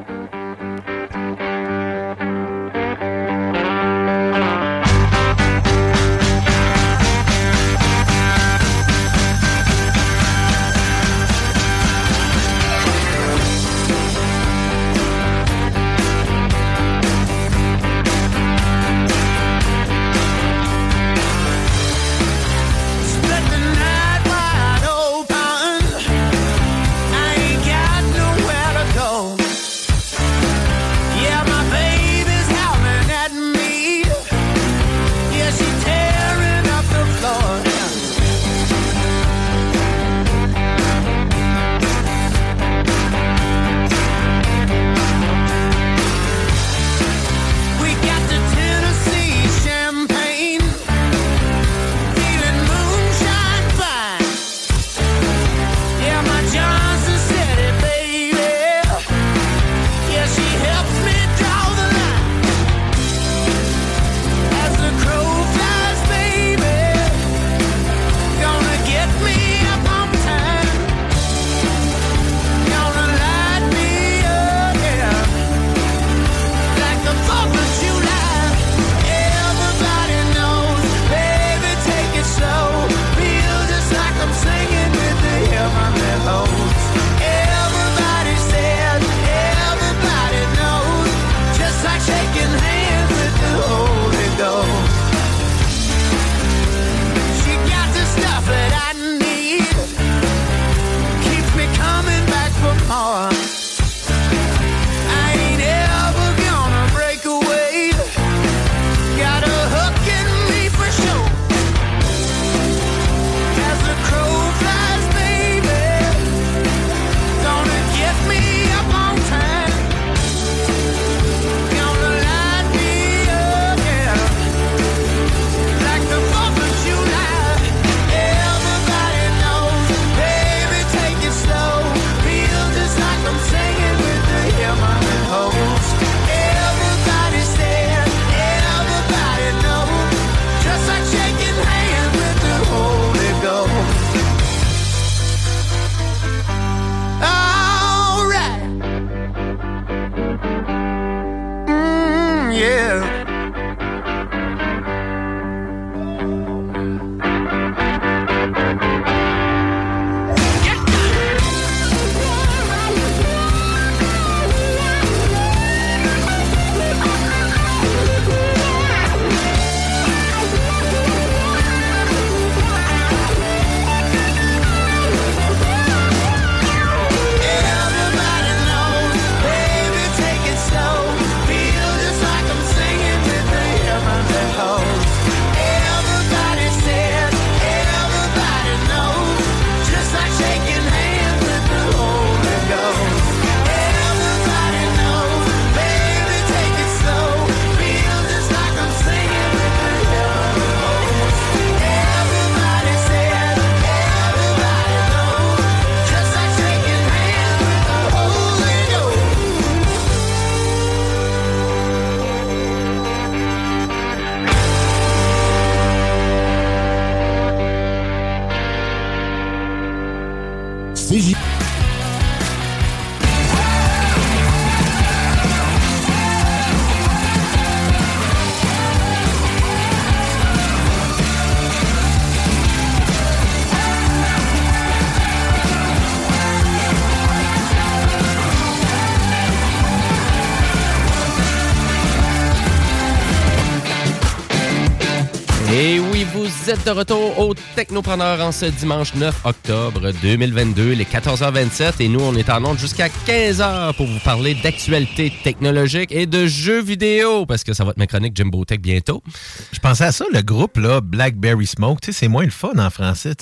Et oui, vous êtes de retour au Technopreneur en ce dimanche 9 octobre 2022, les 14h27. Et nous, on est en onde jusqu'à 15h pour vous parler d'actualité technologique et de jeux vidéo, parce que ça va être ma chronique Jimbo Tech bientôt. Je pensais à ça, le groupe là, Blackberry Smoke, c'est moins le fun en français,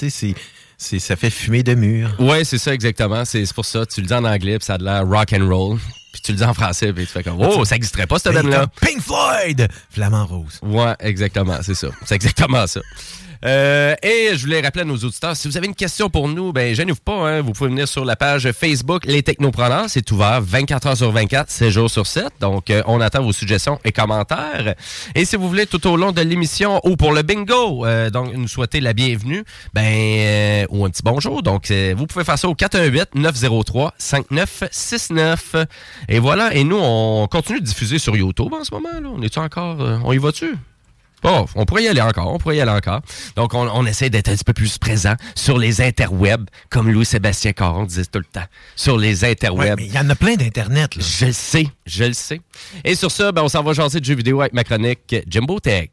ça fait fumer de mur. Ouais, c'est ça exactement. C'est pour ça, tu le dis en anglais, puis ça a de l'air rock and roll. Puis tu le dis en français, puis tu fais comme, oh, ça n'existerait pas, cette bande-là. Pink Floyd! Flamant rose. Ouais, exactement, c'est ça. C'est exactement ça. Et je voulais rappeler à nos auditeurs, si vous avez une question pour nous, ben gênez-vous pas, hein, vous pouvez venir sur la page Facebook Les Technopreneurs. C'est ouvert 24 heures sur 24, 7 jours sur 7. Donc, on attend vos suggestions et commentaires. Et si vous voulez, tout au long de l'émission ou pour le bingo, donc nous souhaiter la bienvenue, ou un petit bonjour. Donc, vous pouvez faire ça au 418-903-5969. Et voilà, et nous, on continue de diffuser sur YouTube en ce moment. Là. On est-tu encore... on y va-tu? Bon, on pourrait y aller encore. Donc, on essaie d'être un petit peu plus présent sur les interwebs, comme Louis-Sébastien Caron disait tout le temps. Sur les interwebs. Ouais, mais il y en a plein d'Internet, là. Je le sais. Et sur ça, on s'en va jaser de jeux vidéo avec ma chronique Jimbo Tech.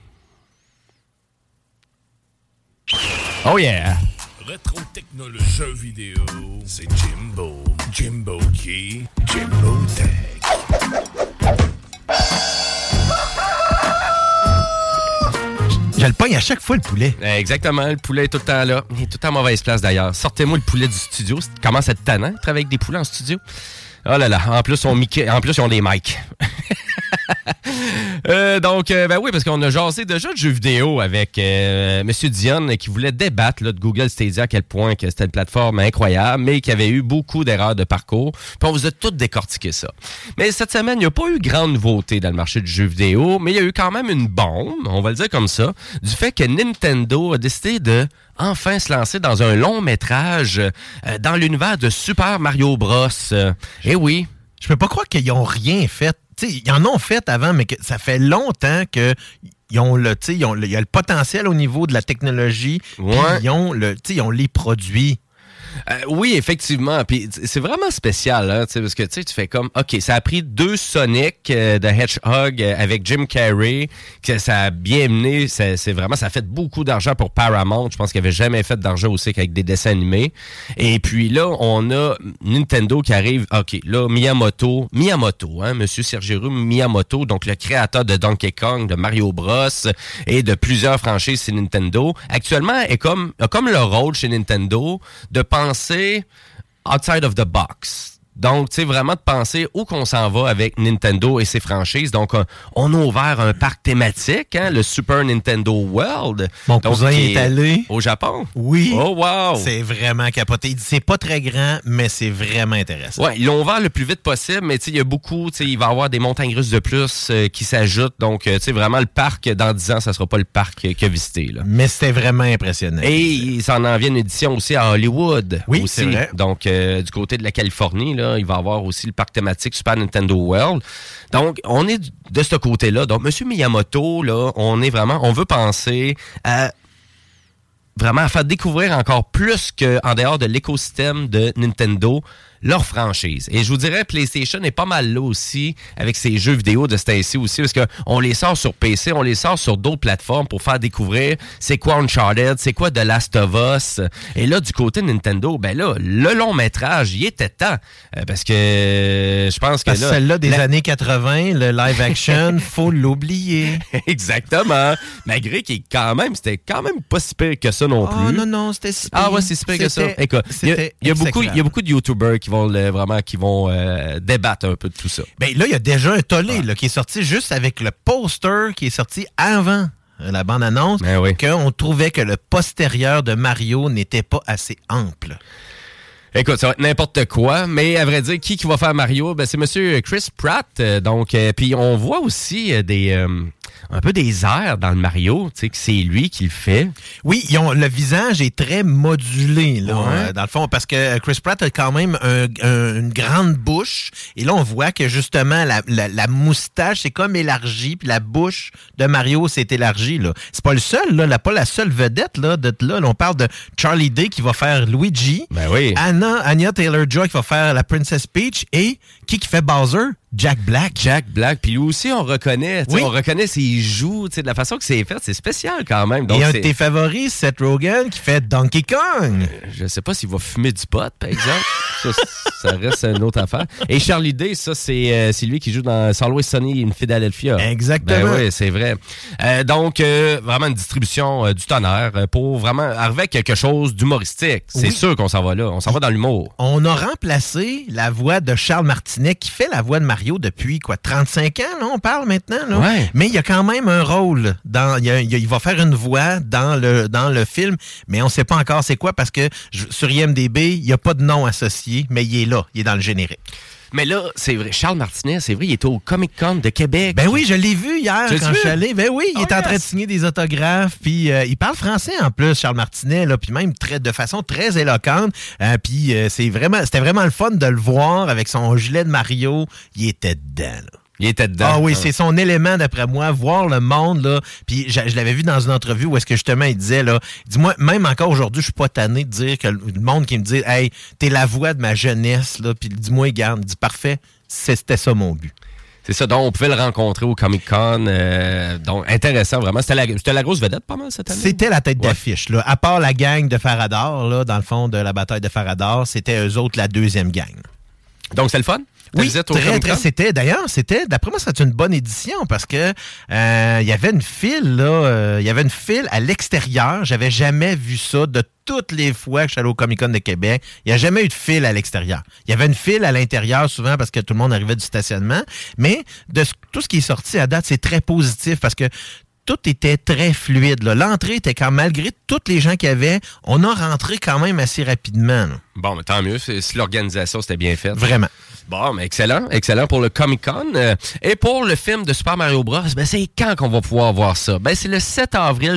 Oh yeah! Rétro technologie jeux vidéo, c'est Jimbo qui, Jimbo Tech. Je le pogne à chaque fois, le poulet. Exactement, le poulet est tout le temps là. Il est tout le temps à mauvaise place, d'ailleurs. Sortez-moi le poulet du studio. Ça commence à être tannant de travailler avec des poulets en studio. Oh là là, en plus, ils ont des mics. Oui, parce qu'on a jasé déjà de jeux vidéo avec M. Dionne qui voulait débattre là, de Google Stadia à quel point que c'était une plateforme incroyable, mais qui avait eu beaucoup d'erreurs de parcours. Puis on vous a tout décortiqué ça. Mais cette semaine, il n'y a pas eu grande nouveauté dans le marché du jeu vidéo, mais il y a eu quand même une bombe, on va le dire comme ça, du fait que Nintendo a décidé de enfin se lancer dans un long métrage dans l'univers de Super Mario Bros. Eh oui. Je peux pas croire qu'ils n'ont rien fait. T'sais, ils en ont fait avant, mais que ça fait longtemps que il y a le potentiel au niveau de la technologie. Ouais. Ils ont les produits. Oui, effectivement. Puis c'est vraiment spécial, hein, parce que tu fais comme, OK, ça a pris 2 Sonic de Hedgehog avec Jim Carrey, que ça a bien mené. Ça a fait beaucoup d'argent pour Paramount. Je pense qu'il n'avait jamais fait d'argent aussi qu'avec des dessins animés. Et puis là, on a Nintendo qui arrive. OK, là, Miyamoto, hein, Monsieur Shigeru Miyamoto, donc le créateur de Donkey Kong, de Mario Bros. Et de plusieurs franchises chez Nintendo, actuellement a comme le rôle chez Nintendo de penser outside of the box. Donc, tu sais, vraiment de penser où qu'on s'en va avec Nintendo et ses franchises. Donc, on a ouvert un parc thématique, hein, le Super Nintendo World. Mon cousin est allé. Au Japon? Oui. Oh, wow! C'est vraiment capoté. Il dit, c'est pas très grand, mais c'est vraiment intéressant. Ouais, ils l'ont ouvert le plus vite possible, mais tu sais, il y a beaucoup, tu sais, il va y avoir des montagnes russes de plus qui s'ajoutent. Donc, tu sais, vraiment, le parc, dans 10 ans, ça sera pas le parc qu'il a visité, là. Mais c'était vraiment impressionnant. Et il s'en en vient une édition aussi à Hollywood. Oui, aussi. c'est vrai. Donc, du côté de la Californie, là, il va y avoir aussi le parc thématique Super Nintendo World. Donc, on est de ce côté-là. Donc, M. Miyamoto, là, on veut penser à vraiment à faire découvrir encore plus qu'en dehors de l'écosystème de Nintendo, leur franchise. Et je vous dirais, PlayStation est pas mal là aussi avec ses jeux vidéo de ce temps-ci aussi, parce qu'on les sort sur PC, on les sort sur d'autres plateformes pour faire découvrir c'est quoi Uncharted, c'est quoi The Last of Us. Et là, du côté de Nintendo, ben là, le long métrage, il était temps. Parce que je pense que là... Celle-là des années 80, le live action, faut l'oublier. Exactement. Malgré qu'il c'était quand même pas si pire que ça non plus. Non, c'était si pire. Ah ouais, c'est si pire que ça. Écoute, il y a beaucoup de YouTubers qui vont débattre un peu de tout ça. Ben là, il y a déjà un tollé là, qui est sorti juste avec le poster qui est sorti avant la bande-annonce, qu'on trouvait que le postérieur de Mario n'était pas assez ample. Écoute, ça va être n'importe quoi, mais à vrai dire, qui va faire Mario? Ben, c'est Monsieur Chris Pratt. Puis on voit aussi un peu des airs dans le Mario, tu sais, que c'est lui qui le fait. Oui, le visage est très modulé, là, dans le fond, parce que Chris Pratt a quand même une grande bouche, et là, on voit que justement, la moustache s'est comme élargie, puis la bouche de Mario s'est élargie, là. C'est pas le seul, là, pas la seule vedette, là, on parle de Charlie Day qui va faire Luigi. Ben oui. Anya Taylor-Joy qui va faire la Princess Peach, et qui fait Bowser? Jack Black. Puis lui aussi, on reconnaît. On reconnaît s'il joue. De la façon que c'est fait, c'est spécial quand même. Donc, et un de tes favoris, Seth Rogen, qui fait Donkey Kong. Je sais pas s'il va fumer du pot, par exemple. Ça reste une autre affaire. Et Charlie Day, ça, c'est lui qui joue dans Always Sunny in Philadelphia. Exactement. Ben oui, c'est vrai. Donc, vraiment une distribution du tonnerre pour vraiment arriver à quelque chose d'humoristique. C'est sûr qu'on s'en va là. On s'en va dans l'humour. On a remplacé la voix de Charles Martinet, qui fait la voix de Mario depuis, 35 ans, là, on parle maintenant. Là. Ouais. Mais il y a quand même un rôle. Il va faire une voix dans le film, mais on ne sait pas encore c'est quoi, parce que sur IMDb, il n'y a pas de nom associé, mais il est là, il est dans le générique. Mais là, c'est vrai, Charles Martinet, c'est vrai, il était au Comic-Con de Québec. Ben oui, je l'ai vu hier quand je suis allé. Ben oui, il est en train de signer des autographes, puis il parle français en plus, Charles Martinet, là, puis même de façon très éloquente. Puis c'était vraiment le fun de le voir avec son gilet de Mario. Il était dedans, là. Il était dedans. Ah oui, c'est son élément, d'après moi, voir le monde, là. Puis je l'avais vu dans une entrevue où est-ce que justement il disait, là, dis-moi, même encore aujourd'hui, je suis pas tanné de dire que le monde qui me dit, hey, t'es la voix de ma jeunesse, là, puis dis-moi, il garde. Il dit, parfait, c'était ça mon but. C'est ça, donc on pouvait le rencontrer au Comic-Con. Donc, intéressant, vraiment. C'était la grosse vedette, pas mal, cette année? C'était la tête d'affiche, là. À part la gang de Faradar, là, dans le fond de la bataille de Faradar, c'était eux autres la deuxième gang. Donc, c'est le fun? Oui, très. D'ailleurs, d'après moi, c'était une bonne édition parce que il y avait une file, là. Il y avait une file à l'extérieur. J'avais jamais vu ça de toutes les fois que je suis allé au Comic-Con de Québec. Il n'y a jamais eu de file à l'extérieur. Il y avait une file à l'intérieur souvent parce que tout le monde arrivait du stationnement. Mais tout ce qui est sorti à date, c'est très positif parce que tout était très fluide, là. L'entrée était malgré toutes les gens qu'il y avait, on a rentré quand même assez rapidement, là. Bon, mais tant mieux si l'organisation c'était bien faite. Vraiment. Bon, mais excellent pour le Comic-Con. Et pour le film de Super Mario Bros, ben c'est quand qu'on va pouvoir voir ça? Ben c'est le 7 avril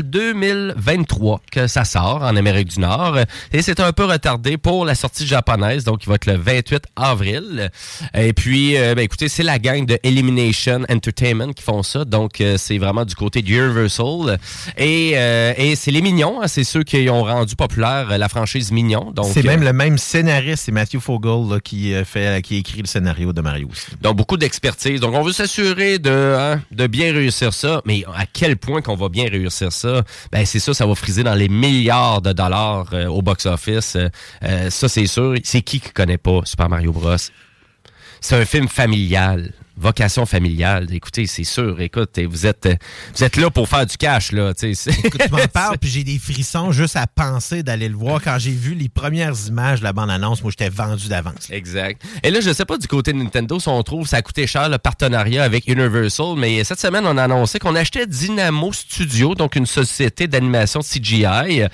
2023 que ça sort en Amérique du Nord. Et c'est un peu retardé pour la sortie japonaise, donc il va être le 28 avril. Et puis, écoutez, c'est la gang de Elimination Entertainment qui font ça, donc c'est vraiment du côté de Universal. Et c'est les Mignons, hein, c'est ceux qui ont rendu populaire la franchise Mignon. Donc, c'est même le même scénariste, c'est Matthew Fogel là, qui écrit le scénario de Mario aussi. Donc, beaucoup d'expertise. Donc, on veut s'assurer de bien réussir ça. Mais à quel point qu'on va bien réussir ça? Ben, c'est ça va friser dans les milliards de dollars au box-office. Ça, c'est sûr. C'est qui connaît pas Super Mario Bros? C'est un film familial. Vocation familiale. Écoutez, c'est sûr. Écoute, vous êtes là pour faire du cash, là. Écoute, tu m'en parles, puis j'ai des frissons juste à penser d'aller le voir. Quand j'ai vu les premières images de la bande-annonce, moi, j'étais vendu d'avance. Exact. Et là, je sais pas du côté de Nintendo si on trouve ça a coûté cher le partenariat avec Universal, mais cette semaine, on a annoncé qu'on achetait Dynamo Studio, donc une société d'animation CGI,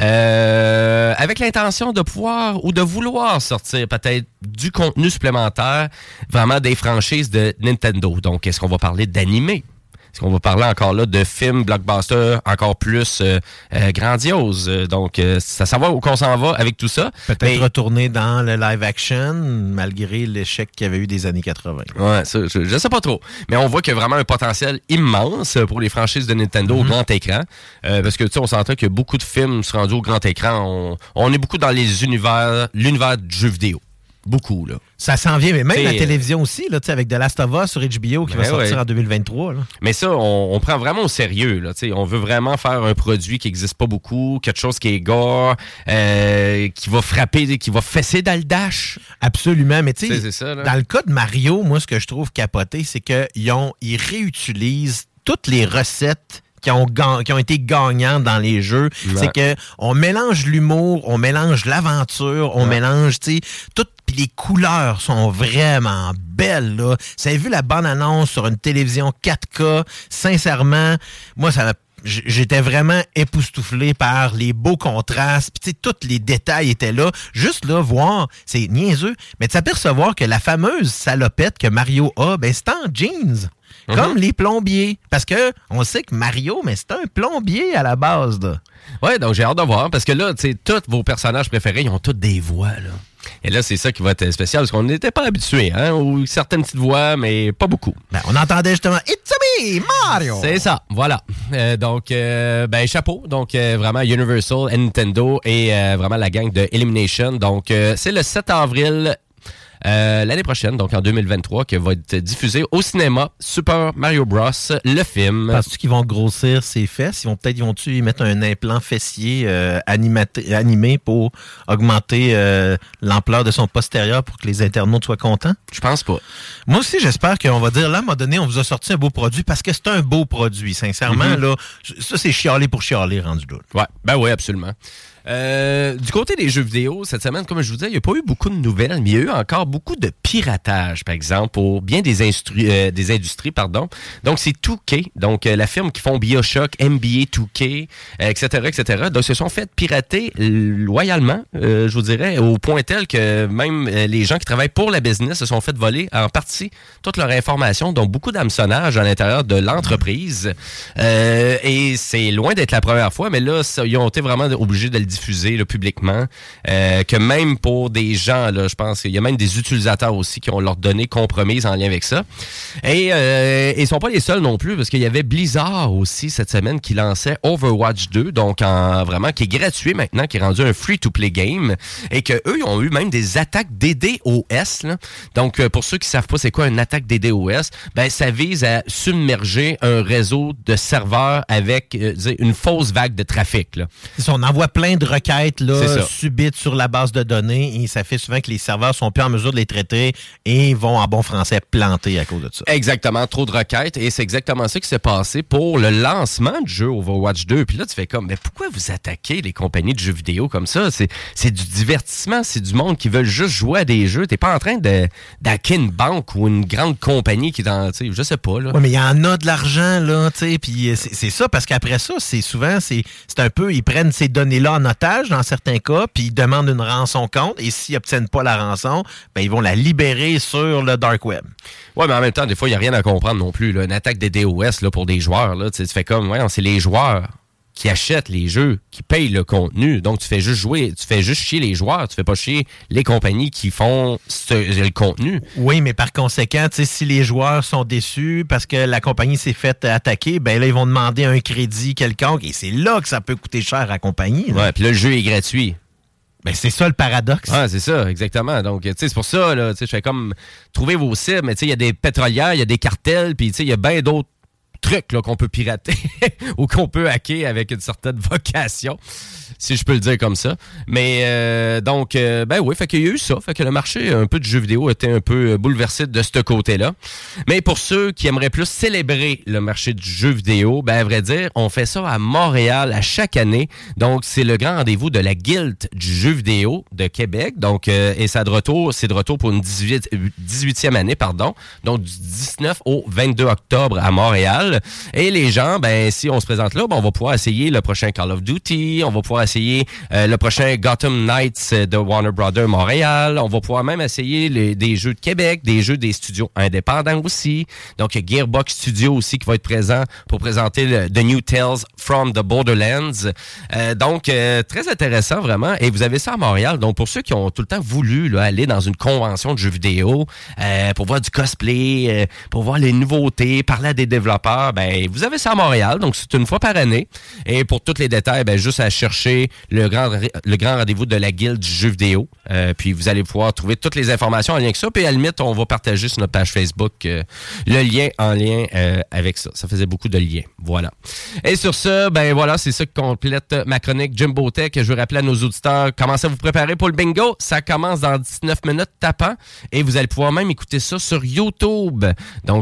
avec l'intention de pouvoir ou de vouloir sortir peut-être du contenu supplémentaire, vraiment des franchises de Nintendo. Donc, est-ce qu'on va parler d'animé? Est-ce qu'on va parler encore là de films blockbusters encore plus grandioses? Donc, ça savoir où qu'on s'en va avec tout ça. Peut-être retourner dans le live-action, malgré l'échec qu'il y avait eu des années 80. Ouais, ça, je sais pas trop. Mais on voit qu'il y a vraiment un potentiel immense pour les franchises de Nintendo au grand écran. Parce que, tu sais, on s'entend que beaucoup de films se rendus au grand écran. On est beaucoup dans l'univers du jeu vidéo. Beaucoup, là. Ça s'en vient, mais même la télévision aussi, là, avec The Last of Us sur HBO qui va sortir en 2023. Là. Mais ça, on prend vraiment au sérieux. Là, on veut vraiment faire un produit qui n'existe pas beaucoup, quelque chose qui est gore, qui va frapper, qui va fesser dans le dash. Absolument, mais tu sais, dans le cas de Mario, moi, ce que je trouve capoté, c'est qu'ils réutilisent toutes les recettes qui ont été gagnantes dans les jeux. Ouais. C'est que on mélange l'humour, on mélange l'aventure, on mélange, tu sais, tout. Puis les couleurs sont vraiment belles, là. Vous avez vu la bande-annonce sur une télévision 4K? Sincèrement, moi, j'étais vraiment époustouflé par les beaux contrastes. Puis, tu sais, tous les détails étaient là. Juste là, voir, c'est niaiseux, mais de s'apercevoir que la fameuse salopette que Mario a, ben, c'est en jeans. Comme les plombiers. Parce que on sait que Mario, mais c'est un plombier à la base, là. Ouais, donc j'ai hâte de voir. Parce que là, tu sais, tous vos personnages préférés, ils ont tous des voix, là. Et là, c'est ça qui va être spécial, parce qu'on n'était pas habitués, hein, ou certaines petites voix, mais pas beaucoup. Ben, on entendait justement « It's me, Mario ». C'est ça, voilà. Donc, chapeau. Donc, vraiment, Universal et Nintendo et vraiment la gang de Elimination. Donc, c'est le 7 avril l'année prochaine, donc en 2023, qui va être diffusé au cinéma, Super Mario Bros, le film. Penses-tu qu'ils vont grossir ses fesses? Ils vont-tu y mettre un implant fessier animé pour augmenter l'ampleur de son postérieur pour que les internautes soient contents? Je pense pas. Moi aussi, j'espère qu'on va dire, là, à un moment donné, on vous a sorti un beau produit parce que c'est un beau produit. Sincèrement, là, ça, c'est chialer pour chialer rendu là. Ouais, ben oui, absolument. Du côté des jeux vidéo, cette semaine, comme je vous disais, il n'y a pas eu beaucoup de nouvelles, mais il y a eu encore beaucoup de piratage, par exemple, pour bien des industries, pardon. Donc, c'est 2K, donc la firme qui font BioShock, NBA 2K, etc. Donc, se sont fait pirater loyalement, je vous dirais, au point tel que même les gens qui travaillent pour la business se sont fait voler en partie toute leur information, donc beaucoup d'hameçonnage à l'intérieur de l'entreprise. Et c'est loin d'être la première fois, mais là, ils ont été vraiment obligés de le diffuser là, publiquement, que même pour des gens, là, je pense qu'il y a même des utilisateurs aussi qui ont leurs données compromises en lien avec ça. Et ils sont pas les seuls non plus, parce qu'il y avait Blizzard aussi cette semaine qui lançait Overwatch 2, donc vraiment qui est gratuit maintenant, qui est rendu un free-to-play game, et que eux ils ont eu même des attaques DDoS. Là. Donc pour ceux qui savent pas c'est quoi une attaque DDoS, ben ça vise à submerger un réseau de serveurs avec une fausse vague de trafic. Là. On envoie plein de requêtes là, subites sur la base de données et ça fait souvent que les serveurs sont plus en mesure de les traiter et vont en bon français planter à cause de ça. Exactement, trop de requêtes et c'est exactement ça qui s'est passé pour le lancement du jeu Overwatch 2. Puis là, tu fais comme, mais pourquoi vous attaquez les compagnies de jeux vidéo comme ça? C'est du divertissement, c'est du monde qui veulent juste jouer à des jeux. T'es pas en train d'hacker une banque ou une grande compagnie qui est dans, tu sais, je sais pas. Là. Oui, mais il y en a de l'argent, là, tu sais, puis c'est ça, parce qu'après ça, c'est souvent, c'est un peu, ils prennent ces données-là en otage dans certains cas, puis ils demandent une rançon contre, et s'ils n'obtiennent pas la rançon, ben ils vont la libérer sur le dark web. Oui, mais en même temps, des fois, il n'y a rien à comprendre non plus. Là. Une attaque des DOS là, pour des joueurs, là, tu fais comme, ouais, c'est les joueurs qui achètent les jeux, qui payent le contenu. Donc, tu fais juste jouer, tu fais juste chier les joueurs, tu fais pas chier les compagnies qui font le contenu. Oui, mais par conséquent, si les joueurs sont déçus parce que la compagnie s'est faite attaquer, ben là, ils vont demander un crédit quelconque et c'est là que ça peut coûter cher à la compagnie. Là. Ouais, puis là, le jeu est gratuit. Ben, c'est ça le paradoxe. Ah, c'est ça, exactement. Donc, tu sais, c'est pour ça, là, tu sais, je fais comme trouver vos cibles, mais tu sais, il y a des pétrolières, il y a des cartels, puis tu sais, il y a bien d'autres trucs là, qu'on peut pirater ou qu'on peut hacker avec une certaine vocation, si je peux le dire comme ça. Mais donc, ben oui, fait qu'il y a eu ça. Fait que le marché un peu du jeu vidéo était un peu bouleversé de ce côté-là. Mais pour ceux qui aimeraient plus célébrer le marché du jeu vidéo, ben à vrai dire, on fait ça à Montréal à chaque année. Donc, c'est le grand rendez-vous de la Guilde du jeu vidéo de Québec. Donc, et c'est de retour pour une 18e année, pardon. Donc, du 19 au 22 octobre à Montréal. Et les gens, ben si on se présente là, ben, on va pouvoir essayer le prochain Call of Duty, on va pouvoir essayer le prochain Gotham Knights de Warner Brothers Montréal, on va pouvoir même essayer des jeux de Québec, des jeux des studios indépendants aussi. Donc, il y a Gearbox Studio aussi qui va être présent pour présenter The New Tales from the Borderlands. Donc, très intéressant vraiment. Et vous avez ça à Montréal. Donc, pour ceux qui ont tout le temps voulu là, aller dans une convention de jeux vidéo pour voir du cosplay, pour voir les nouveautés, parler à des développeurs, ben vous avez ça à Montréal, donc c'est une fois par année. Et pour tous les détails, ben juste à chercher le grand rendez-vous de la Guilde du jeu vidéo. Puis vous allez pouvoir trouver toutes les informations en lien avec ça. Puis à la limite, on va partager sur notre page Facebook le lien en lien avec ça. Ça faisait beaucoup de liens. Voilà. Et sur ça, ben voilà, c'est ça qui complète ma chronique Jimbo Tech. Je veux rappeler à nos auditeurs, commencez à vous préparer pour le bingo. Ça commence dans 19 minutes tapant. Et vous allez pouvoir même écouter ça sur YouTube. Donc,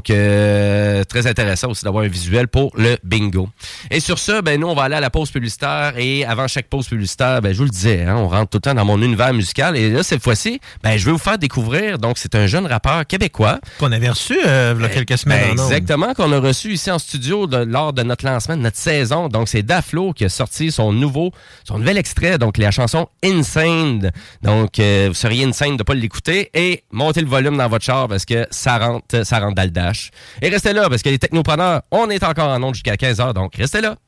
très intéressant aussi d'avoir un visuel pour le bingo. Et sur ça, ben nous, on va aller à la pause publicitaire. Et avant chaque pause publicitaire, ben je vous le disais, hein, on rentre tout le temps dans mon univers musical. Et là, cette fois-ci, ben je vais vous faire découvrir. Donc, c'est un jeune rappeur québécois. Qu'on avait reçu il y a quelques semaines. Exactement, qu'on a reçu ici en studio lors de notre lancement de notre saison. Donc, c'est Daflo qui a sorti son nouvel extrait. Donc, la chanson Insane. Donc, vous seriez insane de ne pas l'écouter. Et montez le volume dans votre char parce que ça rentre dans le dash. Et restez là parce que les technopreneurs, on est encore en onde jusqu'à 15h, donc restez là.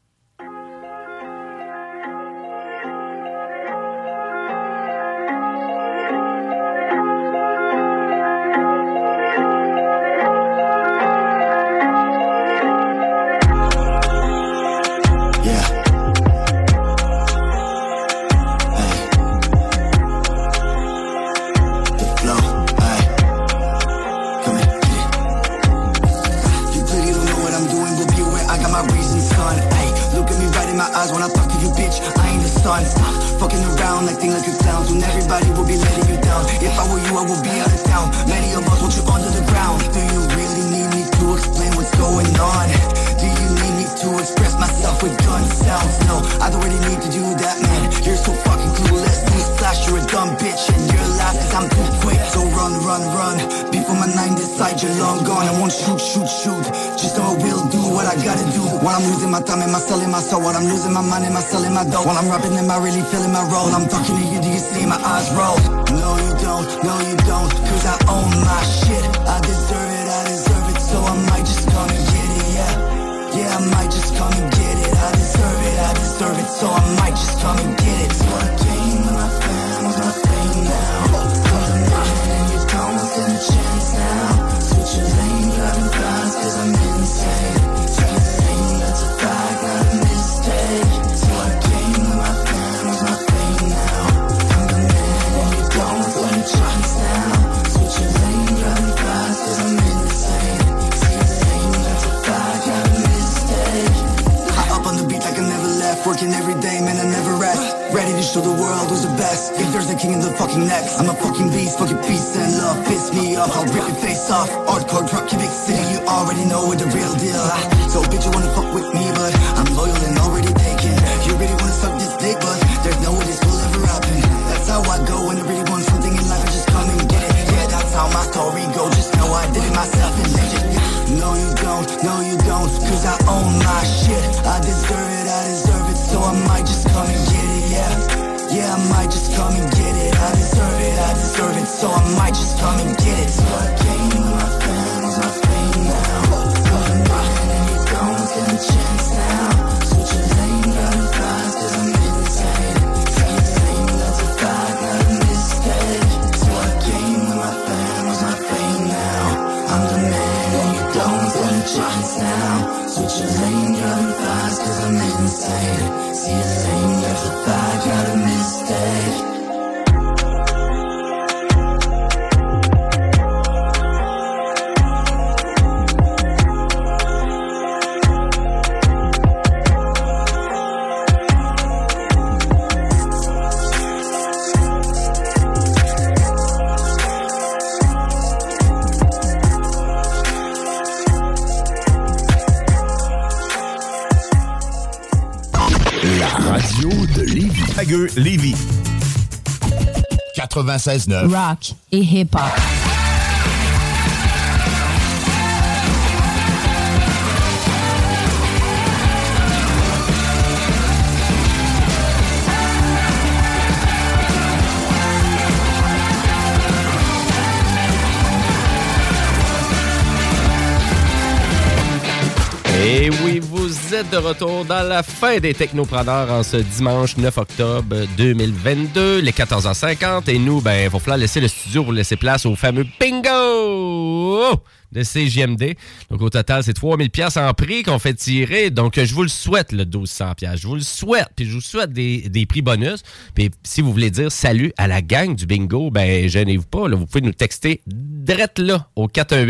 son. Stop fucking around, acting like a clown. Soon everybody will be letting you down. If I were you, I would be out of town. Many of us want you under the ground. Do you really need me to explain what's going on? Do you need me to express myself with gun sounds? No, I don't really need to do that, man. You're so fucking clueless. Newsflash, you're a dumb bitch and you're last cause I'm too quick. So run, run, run. Before my 9 decide you're long gone. I won't shoot, shoot, shoot. Just know I will do what I gotta do. While I'm losing my time, am I selling my soul? While I'm losing my mind, am I selling my dough? While I'm rapping, am I really feeling my role? I'm talking to you, do you see my eyes roll? No you don't, cause I own my shit. I deserve it, so I might just come and get it, yeah. Yeah, I might just come and get it. I deserve it, so I might just come and get it. So I came with my fam, with my fame now. I'm mine and you don't stand a chance now. Switch your lane, driving fast cause I'm insane. Take a thing, that's a fact, not a mistake. So I came with my fam, with my fame now. I'm the man and you don't stand a chance now. Switch your lane, driving fast cause I'm insane. See a thing, that's a fact, not a mistake. High up on the beat like I never left. Working every day, man, I never rest. Ready to show the world who's the best. If there's a king in the fucking next, I'm a fucking beast, fucking peace and love. Piss me off, I'll rip your face off. Hardcore drop, Quebec City, you already know we're the real deal. So bitch, you wanna fuck with me, but I'm loyal and already taken. You really wanna suck this dick, but there's no way this will ever happen. That's how I go when I really want something in life, I just come and get it. Yeah, that's how my story go, just know I did it myself and legend. No you don't, cause I own my shit. I deserve it, so I might just come and get it, yeah. Yeah, I might just come and get it. I deserve it, so I might just come and get it. So I came with my fam, with my fame now. I'm mine and you don't stand a chance now. Switch your lane, driving fast cause I'm insane. Take a thing, that's a fact, not a mistake. So I came with my fam, with my fame now. I'm the man and you don't stand a chance now. Switch your lane, driving fast cause I'm insane. See a thing, that's a fact, not a mistake. Lévis. 96.9. Rock et hip-hop. Et oui, vous êtes de retour dans la fin des Technopreneurs en ce dimanche 9 octobre 2022, les 14h50. Et nous, il va falloir laisser le studio pour laisser place au fameux bingo de CJMD. Donc, au total, c'est 3000 $ en prix qu'on fait tirer. Donc, je vous le souhaite, le 1200 $. Je vous le souhaite. Puis, je vous souhaite des prix bonus. Puis, si vous voulez dire salut à la gang du bingo, gênez-vous pas. Là, vous pouvez nous texter direct là au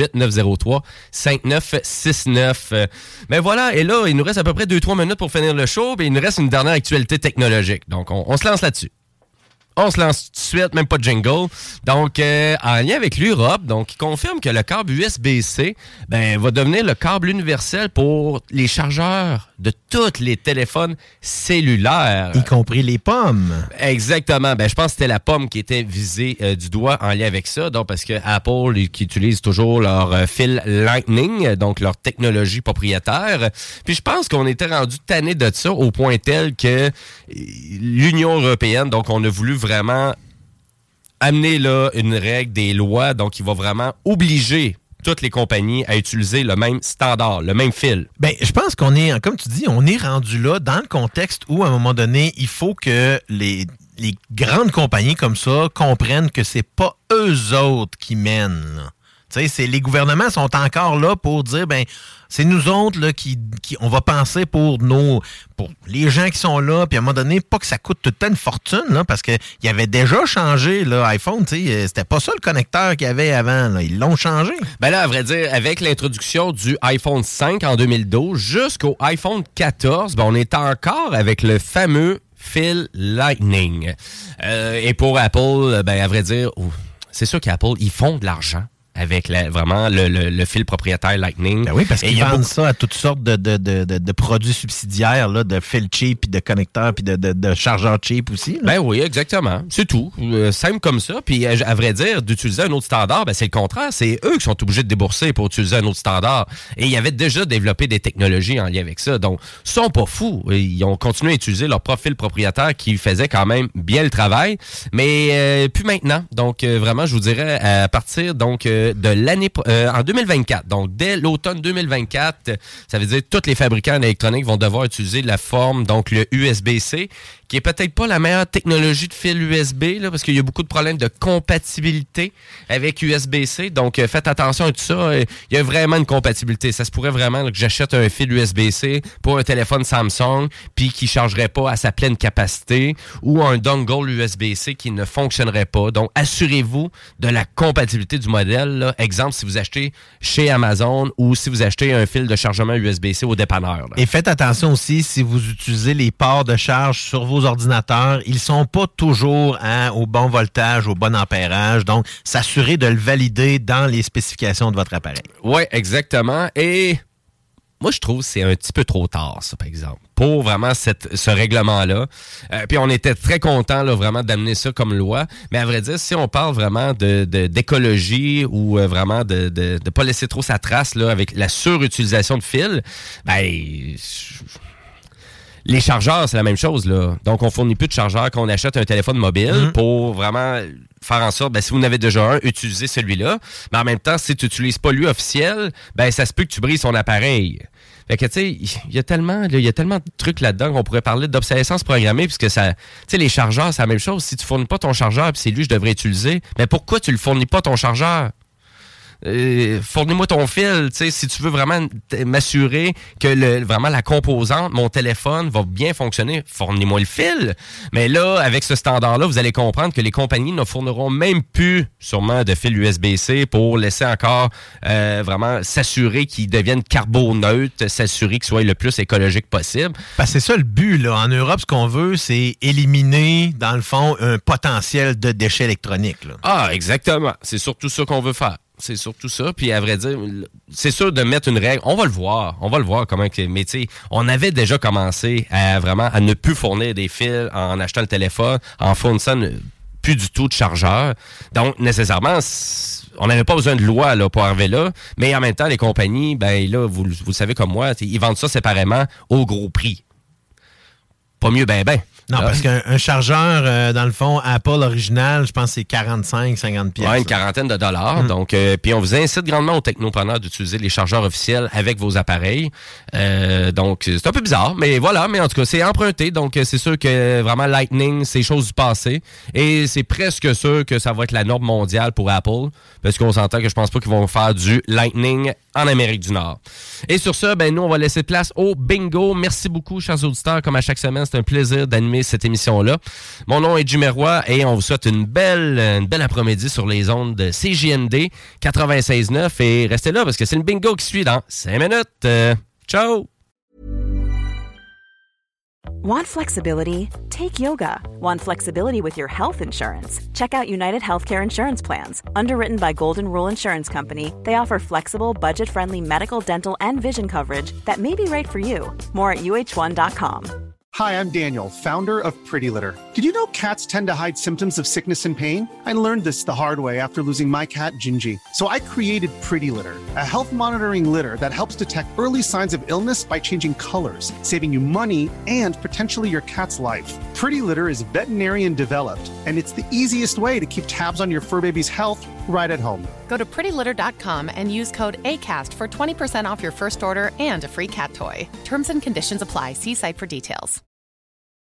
418-903-5969. Mais voilà. Et là, il nous reste à peu près 2-3 minutes pour finir le show. Puis, il nous reste une dernière actualité technologique. Donc, on se lance là-dessus. On se lance tout de suite, même pas de jingle. Donc, en lien avec l'Europe, donc, il confirme que le câble USB-C va devenir le câble universel pour les chargeurs de tous les téléphones cellulaires. Y compris les pommes. Exactement. Je pense que c'était la pomme qui était visée du doigt en lien avec ça. Donc, parce que Apple, qui utilise toujours leur fil Lightning, donc leur technologie propriétaire. Puis, je pense qu'on était rendu tanné de ça au point tel que l'Union européenne, donc, on a voulu vraiment amener là une règle, des lois, donc il va vraiment obliger toutes les compagnies à utiliser le même standard, le même fil. Je pense qu'on est, comme tu dis, on est rendu là dans le contexte où, à un moment donné, il faut que les grandes compagnies comme ça comprennent que c'est pas eux autres qui mènent, là. Tu sais, les gouvernements sont encore là pour dire, c'est nous autres là, qui on va penser pour les gens qui sont là, puis à un moment donné, pas que ça coûte tout le temps une fortune, là, parce qu'il avait déjà changé l'iPhone, tu sais, c'était pas ça le connecteur qu'il y avait avant, là, ils l'ont changé. Là, à vrai dire, avec l'introduction du iPhone 5 en 2012 jusqu'au iPhone 14, on est encore avec le fameux fil Lightning. Et pour Apple, ben à vrai dire, c'est sûr qu'Apple, ils font de l'argent avec vraiment le fil propriétaire Lightning. Ben oui, parce qu'ils vendent ça à toutes sortes de produits subsidiaires, là, de fils cheap, puis de connecteurs, puis de chargeurs cheap aussi. Là. Ben oui, exactement. C'est tout. Simple comme ça. Puis à vrai dire, d'utiliser un autre standard, ben c'est le contraire. C'est eux qui sont obligés de débourser pour utiliser un autre standard. Et ils avaient déjà développé des technologies en lien avec ça. Donc, ils sont pas fous. Ils ont continué à utiliser leur profil propriétaire qui faisait quand même bien le travail. Mais plus maintenant. Donc, vraiment, je vous dirais, à partir de l'année en 2024. Donc, dès l'automne 2024, ça veut dire que tous les fabricants d'électronique vont devoir utiliser la forme, donc le USB-C, qui est peut-être pas la meilleure technologie de fil USB, là, parce qu'il y a beaucoup de problèmes de compatibilité avec USB-C. Donc, faites attention à tout ça. Il y a vraiment une compatibilité. Ça se pourrait vraiment que j'achète un fil USB-C pour un téléphone Samsung, puis qui chargerait pas à sa pleine capacité, ou un dongle USB-C qui ne fonctionnerait pas. Donc, assurez-vous de la compatibilité du modèle. Là. Exemple, si vous achetez chez Amazon ou si vous achetez un fil de chargement USB-C au dépanneur. Là. Et faites attention aussi, si vous utilisez les ports de charge sur vos ordinateurs, ils sont pas toujours au bon voltage, au bon ampérage. Donc, s'assurer de le valider dans les spécifications de votre appareil. Oui, exactement. Et moi, je trouve que c'est un petit peu trop tard, ça, par exemple, pour vraiment ce règlement-là. Puis on était très contents, là, vraiment, d'amener ça comme loi. Mais à vrai dire, si on parle vraiment d'écologie ou vraiment de pas laisser trop sa trace là, avec la surutilisation de fils, ben... Les chargeurs, c'est la même chose, là. Donc, on fournit plus de chargeurs qu'on achète un téléphone mobile pour vraiment faire en sorte, ben, si vous en avez déjà un, utilisez celui-là. Mais en même temps, si tu n'utilises pas lui officiel, ben, ça se peut que tu brises son appareil. Fait que, tu sais, il y a tellement de trucs là-dedans qu'on pourrait parler d'obsolescence programmée, puisque ça, tu sais, les chargeurs, c'est la même chose. Si tu fournis pas ton chargeur, puis c'est lui que je devrais utiliser, mais pourquoi tu le fournis pas ton chargeur? Fournis-moi ton fil, tu sais, si tu veux vraiment m'assurer que vraiment la composante, mon téléphone va bien fonctionner, fournis-moi le fil. Mais là, avec ce standard-là, vous allez comprendre que les compagnies ne fourniront même plus sûrement de fil USB-C pour laisser encore vraiment s'assurer qu'ils deviennent carboneutres, s'assurer qu'ils soient le plus écologiques possible. Parce que c'est ça le but, là. En Europe, ce qu'on veut, c'est éliminer, dans le fond, un potentiel de déchets électroniques, là. Ah, exactement. C'est surtout ça qu'on veut faire. C'est surtout ça. Puis à vrai dire, c'est sûr de mettre une règle. On va le voir comment. Mais tu sais, on avait déjà commencé à ne plus fournir des fils en achetant le téléphone, en fournissant plus du tout de chargeurs. Donc nécessairement, on n'avait pas besoin de loi là pour arriver là. Mais en même temps, les compagnies, ben là, vous le savez comme moi, ils vendent ça séparément au gros prix. Pas mieux, ben. Non, parce qu'un chargeur, dans le fond, Apple original, je pense que c'est 45-50$. Oui, une quarantaine de dollars. Donc, puis on vous incite grandement aux technopreneurs d'utiliser les chargeurs officiels avec vos appareils. Donc, c'est un peu bizarre, mais voilà. Mais en tout cas, c'est emprunté. Donc, c'est sûr que vraiment Lightning, c'est chose du passé. Et c'est presque sûr que ça va être la norme mondiale pour Apple. Parce qu'on s'entend que je pense pas qu'ils vont faire du Lightning en Amérique du Nord. Et sur ça, ben nous, on va laisser place au bingo. Merci beaucoup, chers auditeurs. Comme à chaque semaine, c'est un plaisir d'animer cette émission-là. Mon nom est Jimmy Roy et on vous souhaite une belle après-midi sur les ondes de CJMD 96.9. Et restez là parce que c'est le bingo qui suit dans 5 minutes. Ciao! Want flexibility? Take yoga. Want flexibility with your health insurance? Check out United Healthcare Insurance Plans. Underwritten by Golden Rule Insurance Company, they offer flexible, budget-friendly medical, dental, and vision coverage that may be right for you. More at uh1.com. Hi, I'm Daniel, founder of Pretty Litter. Did you know cats tend to hide symptoms of sickness and pain? I learned this the hard way after losing my cat, Gingy. So I created Pretty Litter, a health monitoring litter that helps detect early signs of illness by changing colors, saving you money and potentially your cat's life. Pretty Litter is veterinarian developed, and it's the easiest way to keep tabs on your fur baby's health right at home. Go to prettylitter.com and use code ACAST for 20% off your first order and a free cat toy. Terms and conditions apply. See site for details.